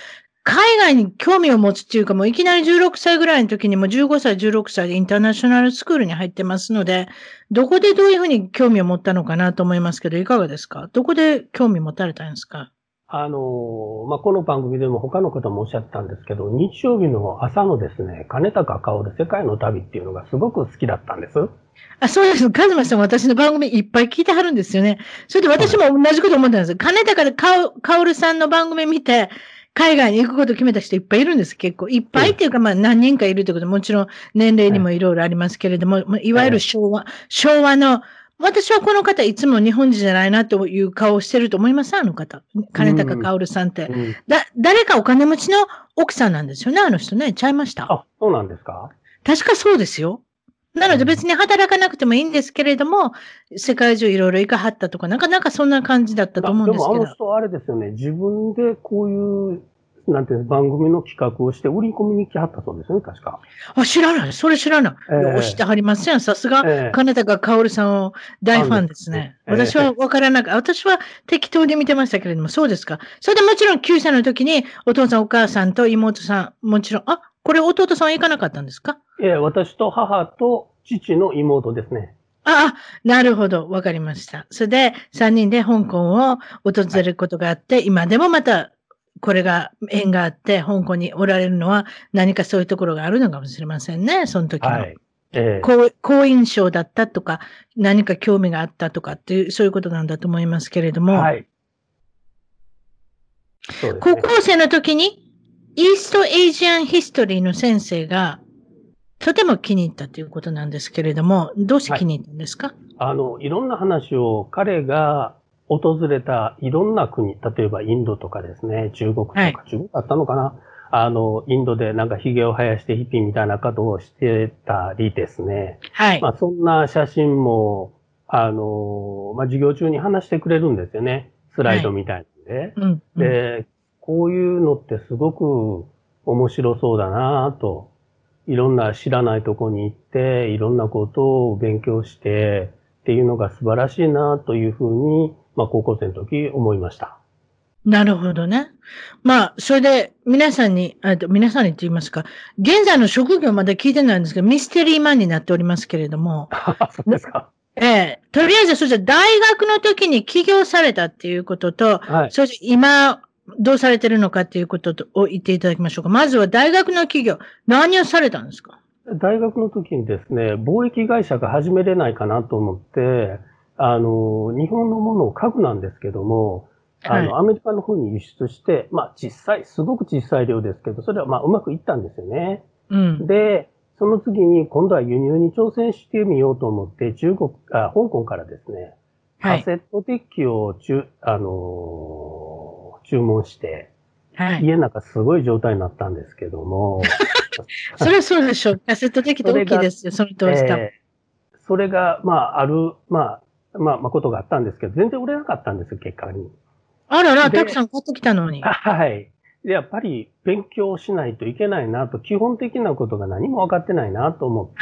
海外に興味を持つっていうか、もういきなり16歳ぐらいの時にもう15歳、16歳でインターナショナルスクールに入ってますので、どこでどういうふうに興味を持ったのかなと思いますけど、いかがですか？どこで興味持たれたんですか？ この番組でも他の方もおっしゃったんですけど、日曜日の朝のですね、金高薫世界の旅っていうのがすごく好きだったんです。 あ、そうです。カズマさん、私の番組いっぱい聞いてはるんですよね。それで私も同じこと思ったんです。金高でカオルさんの番組見て、海外に行くこと決めた人いっぱいいるんです、結構。いっぱいっていうか、まあ何人かいるということで、もちろん年齢にもいろいろありますけれども、いわゆる昭和の、私はこの方いつも日本人じゃないなという顔をしてると思います、あの方。金高薫さんって。誰かお金持ちの奥さんなんですよね、あの人ね。ちゃいました。 あ、そうなんですか？ 確かそうですよ。なので別に働かなくてもいいんですけれども、世界中いろいろ行かはったとか、なかなかそんな感じだったと思うんですけど。 でもあの人あれですよね、自分でこういう、なんていう番組の企画をして売り込みに来はったそうですね、確か。 あ、知らない。それ知らない。押してはりません。さすが、金高薫さんを大ファンですね。私はわからなく、私は適当に見てましたけれども、そうですか。それでもちろん9歳の時に、お父さんお母さんと妹さん、もちろん、これ弟さんは行かなかったんですか？ 私と母と父の妹ですね。 なるほど。わかりました。それで、3人で香港を訪れることがあって、今でもまた、これが、縁があって、香港におられるのは、何かそういうところがあるのかもしれませんね、その時の。好印象だったとか、何か興味があったとかっていう、そういうことなんだと思いますけれども。高校生の時に、イーストエイジアンヒストリーの先生が、とても気に入ったということなんですけれども、どうして気に入ったんですか？ いろんな話を彼が訪れたいろんな国、例えばインドとかですね、中国とか、中国だったのかな？インドでなんか髭を生やしてヒッピーみたいなことをしてたりですね。そんな写真も、授業中に話してくれるんですよね。スライドみたいなんで。で、こういうのってすごく面白そうだなと。いろんな知らないとこに行って、いろんなことを勉強してっていうのが素晴らしいなというふうに、高校生の時思いました。 なるほどね。それで皆さんにって言いますか、現在の職業まで聞いてないんですけど、ミステリーマンになっておりますけれども。 そうですか。 とりあえず、それじゃ大学の時に起業されたっていうことと、それじゃ今、どうされてるのかっていうことを言っていただきましょうか。まずは大学の起業、何をされたんですか？ 大学の時にですね、貿易会社が始めれないかなと思って、日本のものを家具なんですけども、アメリカの方に輸出して、すごく小さい量ですけど、それはうまくいったんですよね。で、その次に今度は輸入に挑戦してみようと思って、香港からですね、カセットデッキを注文して、家の中すごい状態になったんですけども。 それはそうでしょう。カセットデッキって大きいですよ、その当時だ。 それが、ことがあったんですけど、全然売れなかったんですよ、結果に。 あらら、たくさん買ってきたのに。 はい。やっぱり勉強しないといけないなと、基本的なことが何も分かってないなと思って、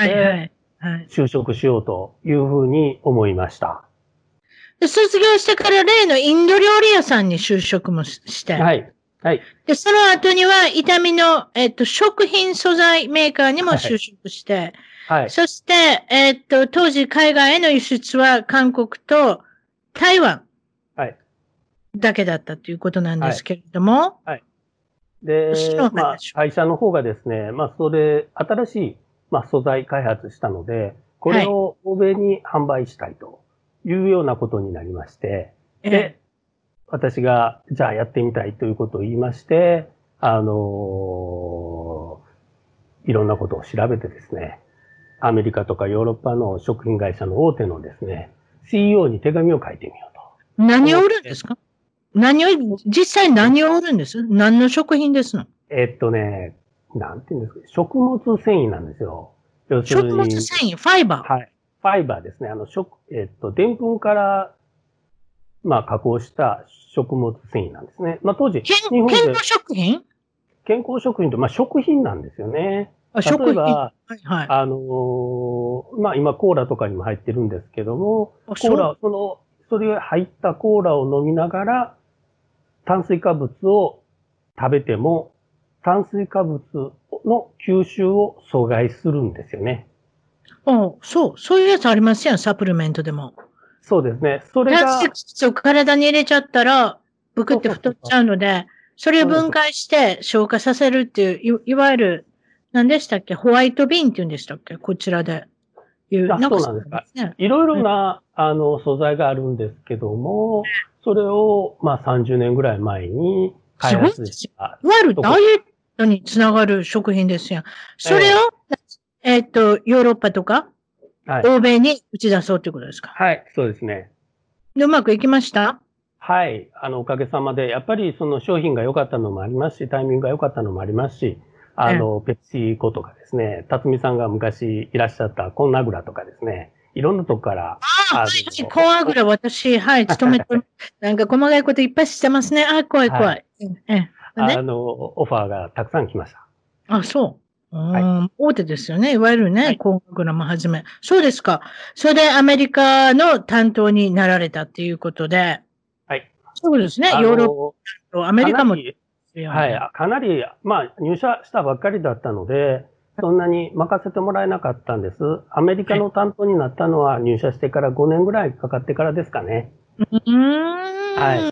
就職しようというふうに思いました。 卒業してから例のインド料理屋さんに就職もして。で、その後には、痛みの、食品素材メーカーにも就職して、そして、当時海外への輸出は韓国と台湾だけだったということなんですけれども。 で、会社の方がですね、新しい、素材開発したので、これを欧米に販売したいというようなことになりまして、で、私が、じゃあやってみたいということを言いまして、いろんなことを調べてですね、アメリカとかヨーロッパの食品会社の大手のですね、CEO に手紙を書いてみようと。 何を売るんですか？実際何を売るんです？何の食品ですの？ なんていうんですか、食物繊維なんですよ。 食物繊維、ファイバー。 ファイバーですね。でんぷんから、加工した食物繊維なんですね。当時、 健康食品と、食品なんですよね。例えば、今コーラとかにも入ってるんですけども、それが入ったコーラを飲みながら、炭水化物を食べても炭水化物の吸収を阻害するんですよね。 そういうやつありますやん、サプリメントでも。 そうですね。それが、 炭水化物を体に入れちゃったら、ブクって太っちゃうので、それを分解して消化させるっていう、いわゆる、何でしたっけ、ホワイトビーンって言うんでしたっけ、こちらでいう。 そうなんですか。いろいろな、素材があるんですけども、それを、30年ぐらい前に開発した。 いわゆるダイエットにつながる食品ですやん。それを、ヨーロッパとか、欧米に打ち出そうということですか？ はい、そうですね。 で、うまくいきました？ はい。おかげさまで、やっぱりその商品が良かったのもありますし、タイミングが良かったのもありますし、ペプシコとかですね、辰巳さんが昔いらっしゃったコンアグラとかですね、いろんなとこから。 コンアグラ、私、勤めてる。なんか細かいこといっぱいしてますね。怖い。オファーがたくさん来ました。 そう。大手ですよね。いわゆるね、コンアグラもはじめ。そうですか。それでアメリカの担当になられたっていうことで。 はい。 そうですね。ヨーロッパ、アメリカも。 はい。かなり、入社したばっかりだったので、そんなに任せてもらえなかったんです。アメリカの担当になったのは入社してから5年ぐらいかかってからですかね。 はい。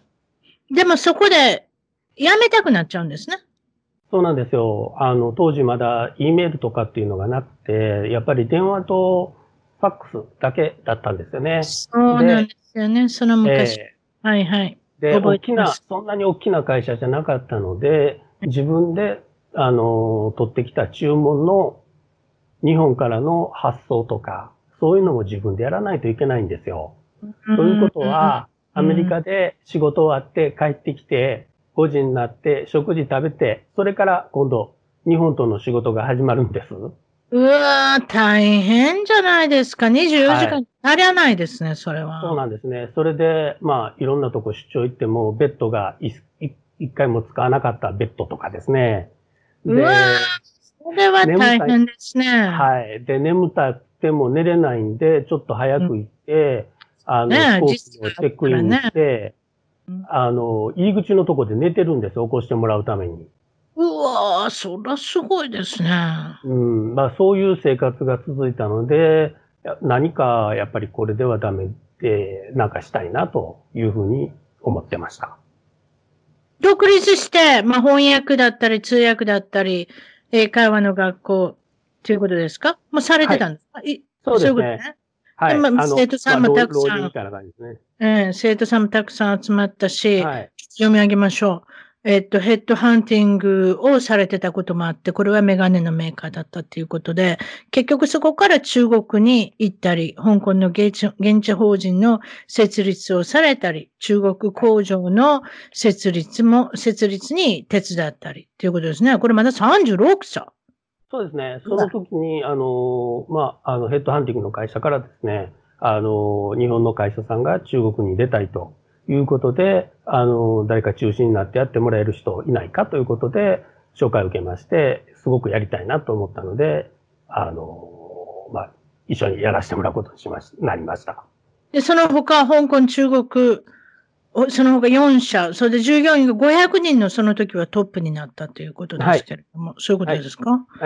でもそこで辞めたくなっちゃうんですね。 そうなんですよ。当時まだ E メールとかっていうのがなくて、やっぱり電話とファックスだけだったんですよね。 そうなんですよね。その昔。はいはい。 で、そんなに大きな会社じゃなかったので、自分で、取ってきた注文の日本からの発送とか、そういうのも自分でやらないといけないんですよ。ということは、アメリカで仕事終わって帰ってきて、5時になって食事食べて、それから今度日本との仕事が始まるんです。 うわー、大変じゃないですか。24時間足りないですね、それは。 そうなんですね。それで、いろんなとこ出張行っても、ベッドが一回も使わなかったベッドとかですね。 うわー、それは大変ですね。 はい。で、眠たくても寝れないんで、ちょっと早く行って、飛行機をチェックインして、入り口のとこで寝てるんですよ、起こしてもらうために。 うわー、そりゃすごいですね。 そういう生活が続いたので、何かやっぱりこれではダメで、なんかしたいなというふうに思ってました。 独立して、翻訳だったり通訳だったり、英会話の学校ということですか？もうされてたんですか？はい、 そうですね。はい。 生徒さんもたくさん。 みたいな感じですね。 生徒さんもたくさん集まったし、読み上げましょう。ヘッドハンティングをされてたこともあって、これはメガネのメーカーだったっていうことで、結局そこから中国に行ったり、香港の現地法人の設立をされたり、中国工場の設立に手伝ったりっていうことですね。これまだ36歳。 そうですね。その時に、ヘッドハンティングの会社からですね、日本の会社さんが中国に出たいということで、誰か中心になってやってもらえる人いないかということで、紹介を受けまして、すごくやりたいなと思ったので、一緒にやらせてもらうことになりました。 で、その他、香港、中国、その他4社、それで従業員が500人のその時はトップになったということですけれども、そういうことですか？はい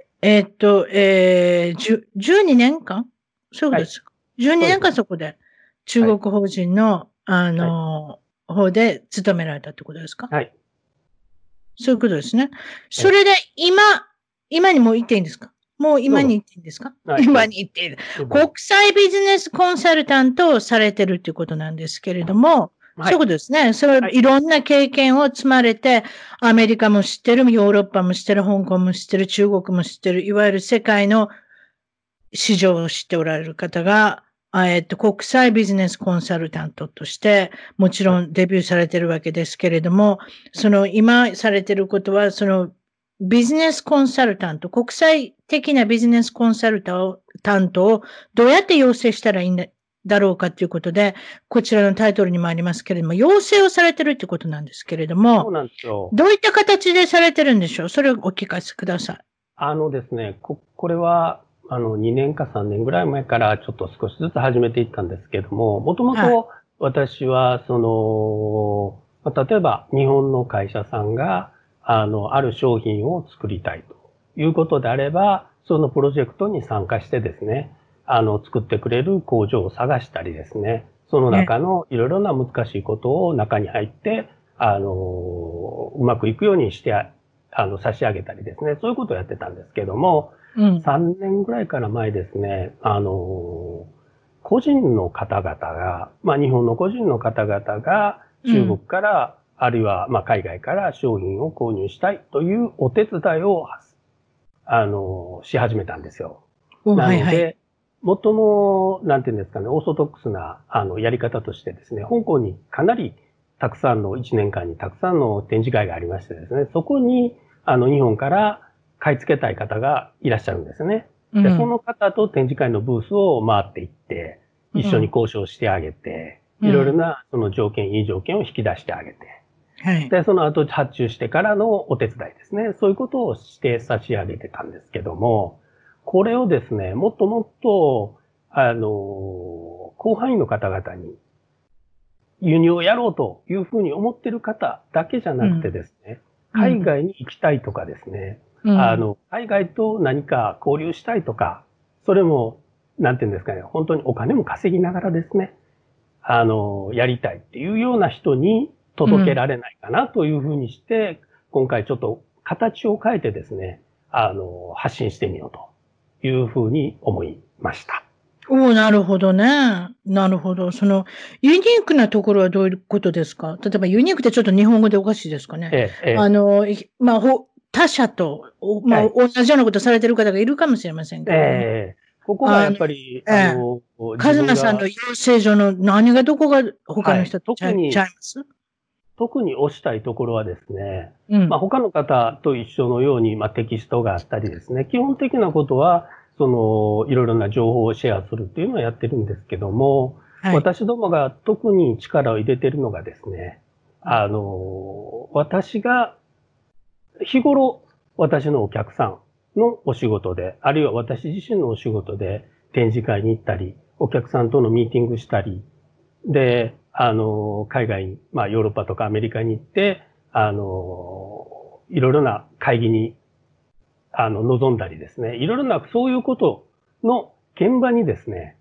。12年間そういうことですか？ 12 年間そこで中国法人の、方で勤められたってことですか？はい。そういうことですね。それで今にもう行っていいんですか？もう今に行っていいんですか？今に行っている。国際ビジネスコンサルタントをされてるっていうことなんですけれども、そういうことですね。それいろんな経験を積まれて、アメリカも知ってる、ヨーロッパも知ってる、香港も知ってる、中国も知ってる、いわゆる世界の市場を知っておられる方が、国際ビジネスコンサルタントとして、もちろんデビューされてるわけですけれども、今されてることは、ビジネスコンサルタント、国際的なビジネスコンサルタントをどうやって養成したらいいんだろうかということで、こちらのタイトルにもありますけれども、養成をされてるってことなんですけれども、 そうなんですよ。 どういった形でされてるんでしょう？それをお聞かせください。 ですね、これは、2年か3年ぐらい前からちょっと少しずつ始めていったんですけども、もともと私は、例えば日本の会社さんが、 ある商品を作りたいということであれば、そのプロジェクトに参加してですね、作ってくれる工場を探したりですね、その中のいろいろな難しいことを中に入って、うまくいくようにして、差し上げたりですね、そういうことをやってたんですけども、3年ぐらいから前ですね、個人の方々が、日本の個人の方々が中国から、あるいは海外から商品を購入したいというお手伝いを、し始めたんですよ。なので、元の、なんていうんですかね、オーソドックスな、やり方としてですね、香港にかなりたくさんの、1年間にたくさんの展示会がありましてですね、そこに、日本から買い付けたい方がいらっしゃるんですね。で、その方と展示会のブースを回っていって、一緒に交渉してあげて、いろいろなその条件、いい条件を引き出してあげて、で、その後発注してからのお手伝いですね。そういうことをして差し上げてたんですけども、これをですね、もっともっと、広範囲の方々に輸入をやろうというふうに思っている方だけじゃなくてですね、海外に行きたいとかですね、海外と何か交流したいとか、それも、なんていうんですかね、本当にお金も稼ぎながらですね、やりたいっていうような人に届けられないかなというふうにして、今回ちょっと形を変えてですね、発信してみようというふうに思いました。 なるほどね。なるほど。その、ユニークなところはどういうことですか？例えばユニークってちょっと日本語でおかしいですかね。他社と、同じようなことされてる方がいるかもしれませんけども。 ここがやっぱり、 カズマさんの養成所の何がどこが他の人とちゃいます？ 特に推したいところはですね、他の方と一緒のように、テキストがあったりですね、基本的なことは、いろいろな情報をシェアするっていうのはやってるんですけども、私どもが特に力を入れてるのがですね、私が日頃私のお客さんのお仕事で、あるいは私自身のお仕事で展示会に行ったり、お客さんとのミーティングしたり、で、海外に、ヨーロッパとかアメリカに行って、いろいろな会議に、臨んだりですね、いろいろなそういうことの現場にですね、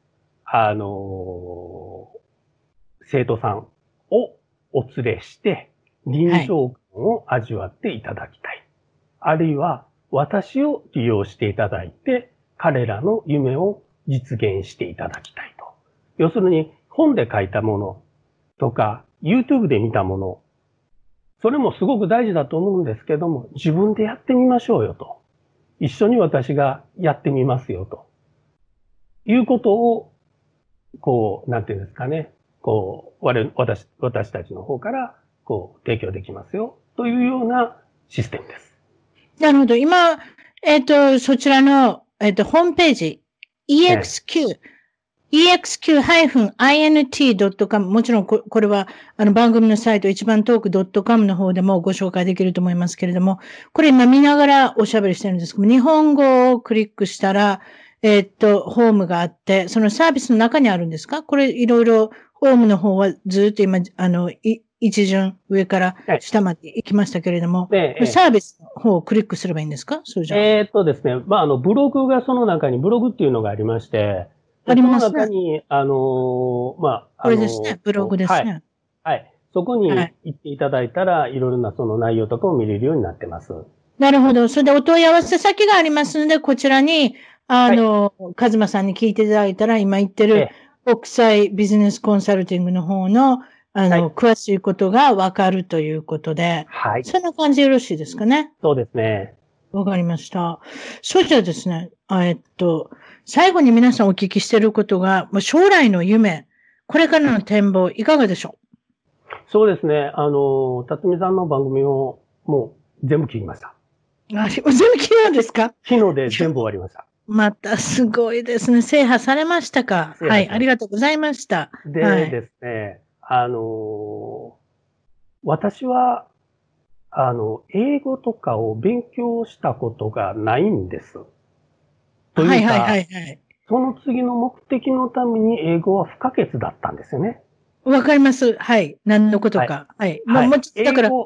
生徒さんをお連れして、臨場感を味わっていただきたい。あるいは、私を利用していただいて、彼らの夢を実現していただきたいと。要するに、本で書いたものとか、YouTube で見たもの、それもすごく大事だと思うんですけども、自分でやってみましょうよと。一緒に私がやってみますよと。いうことを、なんていうんですかね、私たちの方から、提供できますよというようなシステムです。 なるほど。今、そちらの、ホームページ、exq-int.com、もちろんこれは番組のサイト一番トーク .com の方でもご紹介できると思いますけれども、これ今見ながらおしゃべりしてるんですけど、日本語をクリックしたら、ホームがあって、そのサービスの中にあるんですか？これいろいろ、ホームの方はずっと今、一巡上から下まで行きましたけれども、サービスの方をクリックすればいいんですか？それじゃですね、ブログがその中に、ブログっていうのがありまして、 ありますね。 その中に、 これですね、ブログですね。 はい。そこに行っていただいたら、いろいろなその内容とかを見れるようになってます。 なるほど。それでお問い合わせ先がありますので、こちらに、カズマさんに聞いていただいたら、今言ってる国際ビジネスコンサルティングの方の、詳しいことがわかるということで、そんな感じでよろしいですかね。 そうですね。 わかりました。それじゃあですね、最後に皆さんお聞きしていることが、将来の夢、これからの展望、いかがでしょう？そうですね。辰巳さんの番組をもう全部聞きました。 全部聞いたんですか？ 昨日で全部終わりました。 またすごいですね。制覇されましたか？はい、ありがとうございました。 でですね、私は、英語とかを勉強したことがないんです。というか、その次の目的のために英語は不可欠だったんですよね。 わかります。はい。何のことか。はい。もうちょっとだから、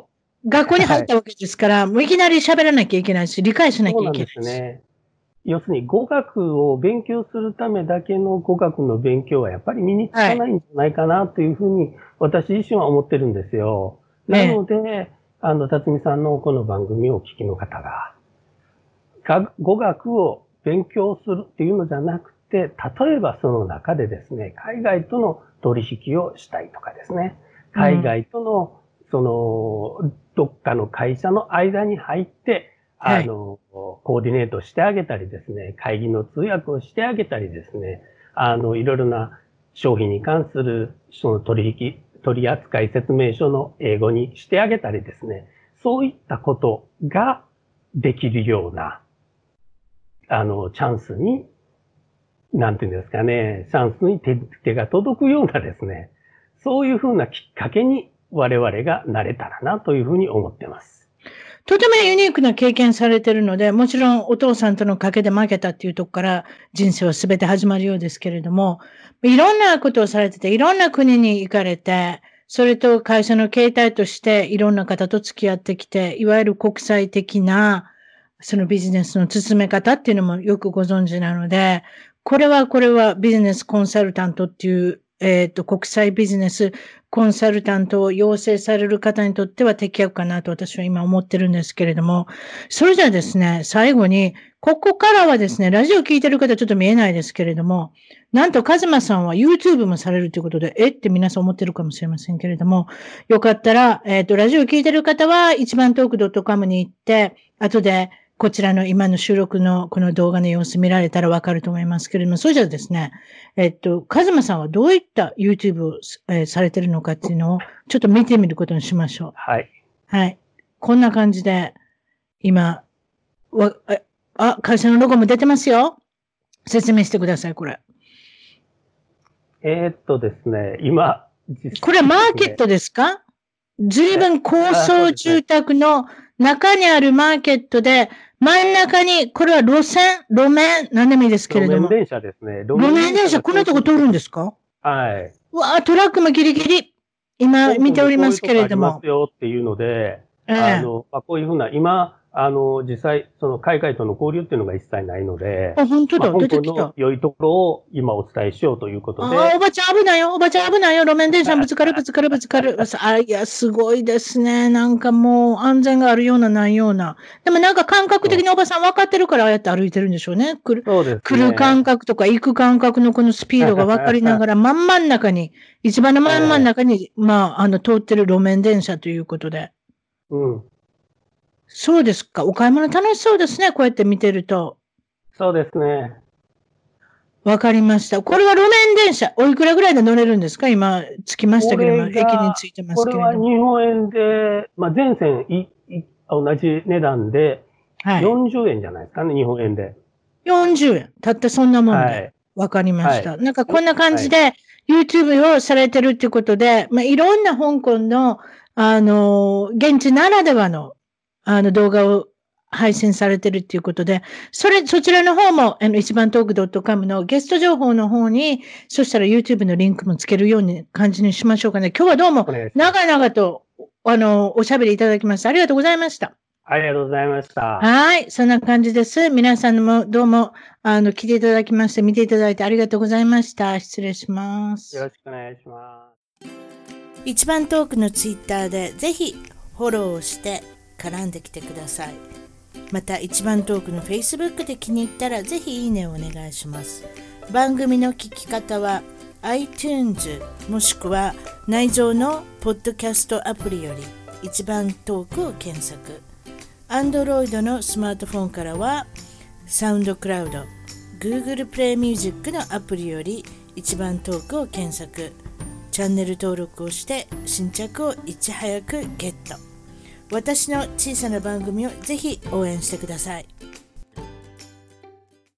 学校に入ったわけですから、もういきなり喋らなきゃいけないし、理解しなきゃいけないし。 そうなんですね。要するに語学を勉強するためだけの語学の勉強はやっぱり身につかないんじゃないかなというふうに私自身は思ってるんですよ。なので、辰巳さんのこの番組をお聞きの方が、語学を勉強するっていうのじゃなくて、例えばその中でですね、海外との取引をしたいとかですね、海外との、どっかの会社の間に入って、コーディネートしてあげたりですね、会議の通訳をしてあげたりですね、いろいろな商品に関するその取扱説明書の英語にしてあげたりですね、そういったことができるような、チャンスに、なんていうんですかね、チャンスに手が届くようなですね、そういうふうなきっかけに我々がなれたらなというふうに思ってます。 とてもユニークな経験されているので、もちろんお父さんとの賭けで負けたっていうところから人生は全て始まるようですけれども、いろんなことをされてて、いろんな国に行かれて、それと会社の形態としていろんな方と付き合ってきて、いわゆる国際的なそのビジネスの進め方っていうのもよくご存知なので、これはビジネスコンサルタントっていう、国際ビジネスコンサルタントを養成される方にとっては適役かなと私は今思ってるんですけれども、それじゃあですね、最後に、ここからはですね、ラジオ聞いてる方ちょっと見えないですけれども、なんとカズマさんは YouTube もされるということで、って皆さん思ってるかもしれませんけれども、よかったら、ラジオ聞いてる方は一番トーク .com に行って、後でこちらの今の収録のこの動画の様子見られたらわかると思いますけれども、それじゃあですね、カズマさんはどういった YouTube を、されてるのかっていうのをちょっと見てみることにしましょう。 はい。 はい。こんな感じで、今、会社のロゴも出てますよ。説明してください、これ。 ですね、今、 これはマーケットですか？随分高層住宅の中にあるマーケットで、真ん中に、これは路面、何でもいいですけれども。 路面電車ですね。 路面電車、こんなとこ通るんですか？ はい。 うわトラックもギリギリ、今見ておりますけれども。 こういうとこありますよっていうので、こういうふうな、今、実際、その海外との交流っていうのが一切ないので、 本当だ、出てきた。 香港の良いところを今お伝えしようということで。 おばちゃん危ないよ、路面電車ぶつかる。いや、すごいですね。なんかもう安全があるような、ないような。でもなんか感覚的におばさん分かってるからああやって歩いてるんでしょうね。 そうですね。 来る感覚とか行く感覚のこのスピードが分かりながら、真ん中に、一番の真ん中に、通ってる路面電車ということで。 うん。 そうですか。お買い物楽しそうですね。こうやって見てると。 そうですね。 わかりました。これは路面電車。おいくらぐらいで乗れるんですか？今、着きましたけども、駅に着いてますけれども。 これは日本円で、全線同じ値段で、40円じゃないですかね、日本円で。 40円。たったそんなもんで。わかりました。なんかこんな感じで、YouTube をされてるっていうことで、いろんな香港の、現地ならではの、動画を配信されてるっていうことで、そちらの方も、一番トーク .com のゲスト情報の方に、そしたら YouTube のリンクもつけるように感じにしましょうかね。今日はどうも、長々と、おしゃべりいただきました。ありがとうございました。 ありがとうございました。 はい。そんな感じです。皆さんもどうも、来ていただきまして、見ていただいてありがとうございました。失礼します。 よろしくお願いします。 一番トークのツイッターで、ぜひフォローして絡んできてください。また、一番トークの Facebook で気に入ったら、ぜひいいねをお願いします。番組の聞き方は、iTunes もしくは内蔵のポッドキャストアプリより、一番トークを検索。Android のスマートフォンからは SoundCloud、Google Play Music のアプリより一番トークを検索。チャンネル登録をして新着をいち早くゲット。私の小さな番組をぜひ応援してください。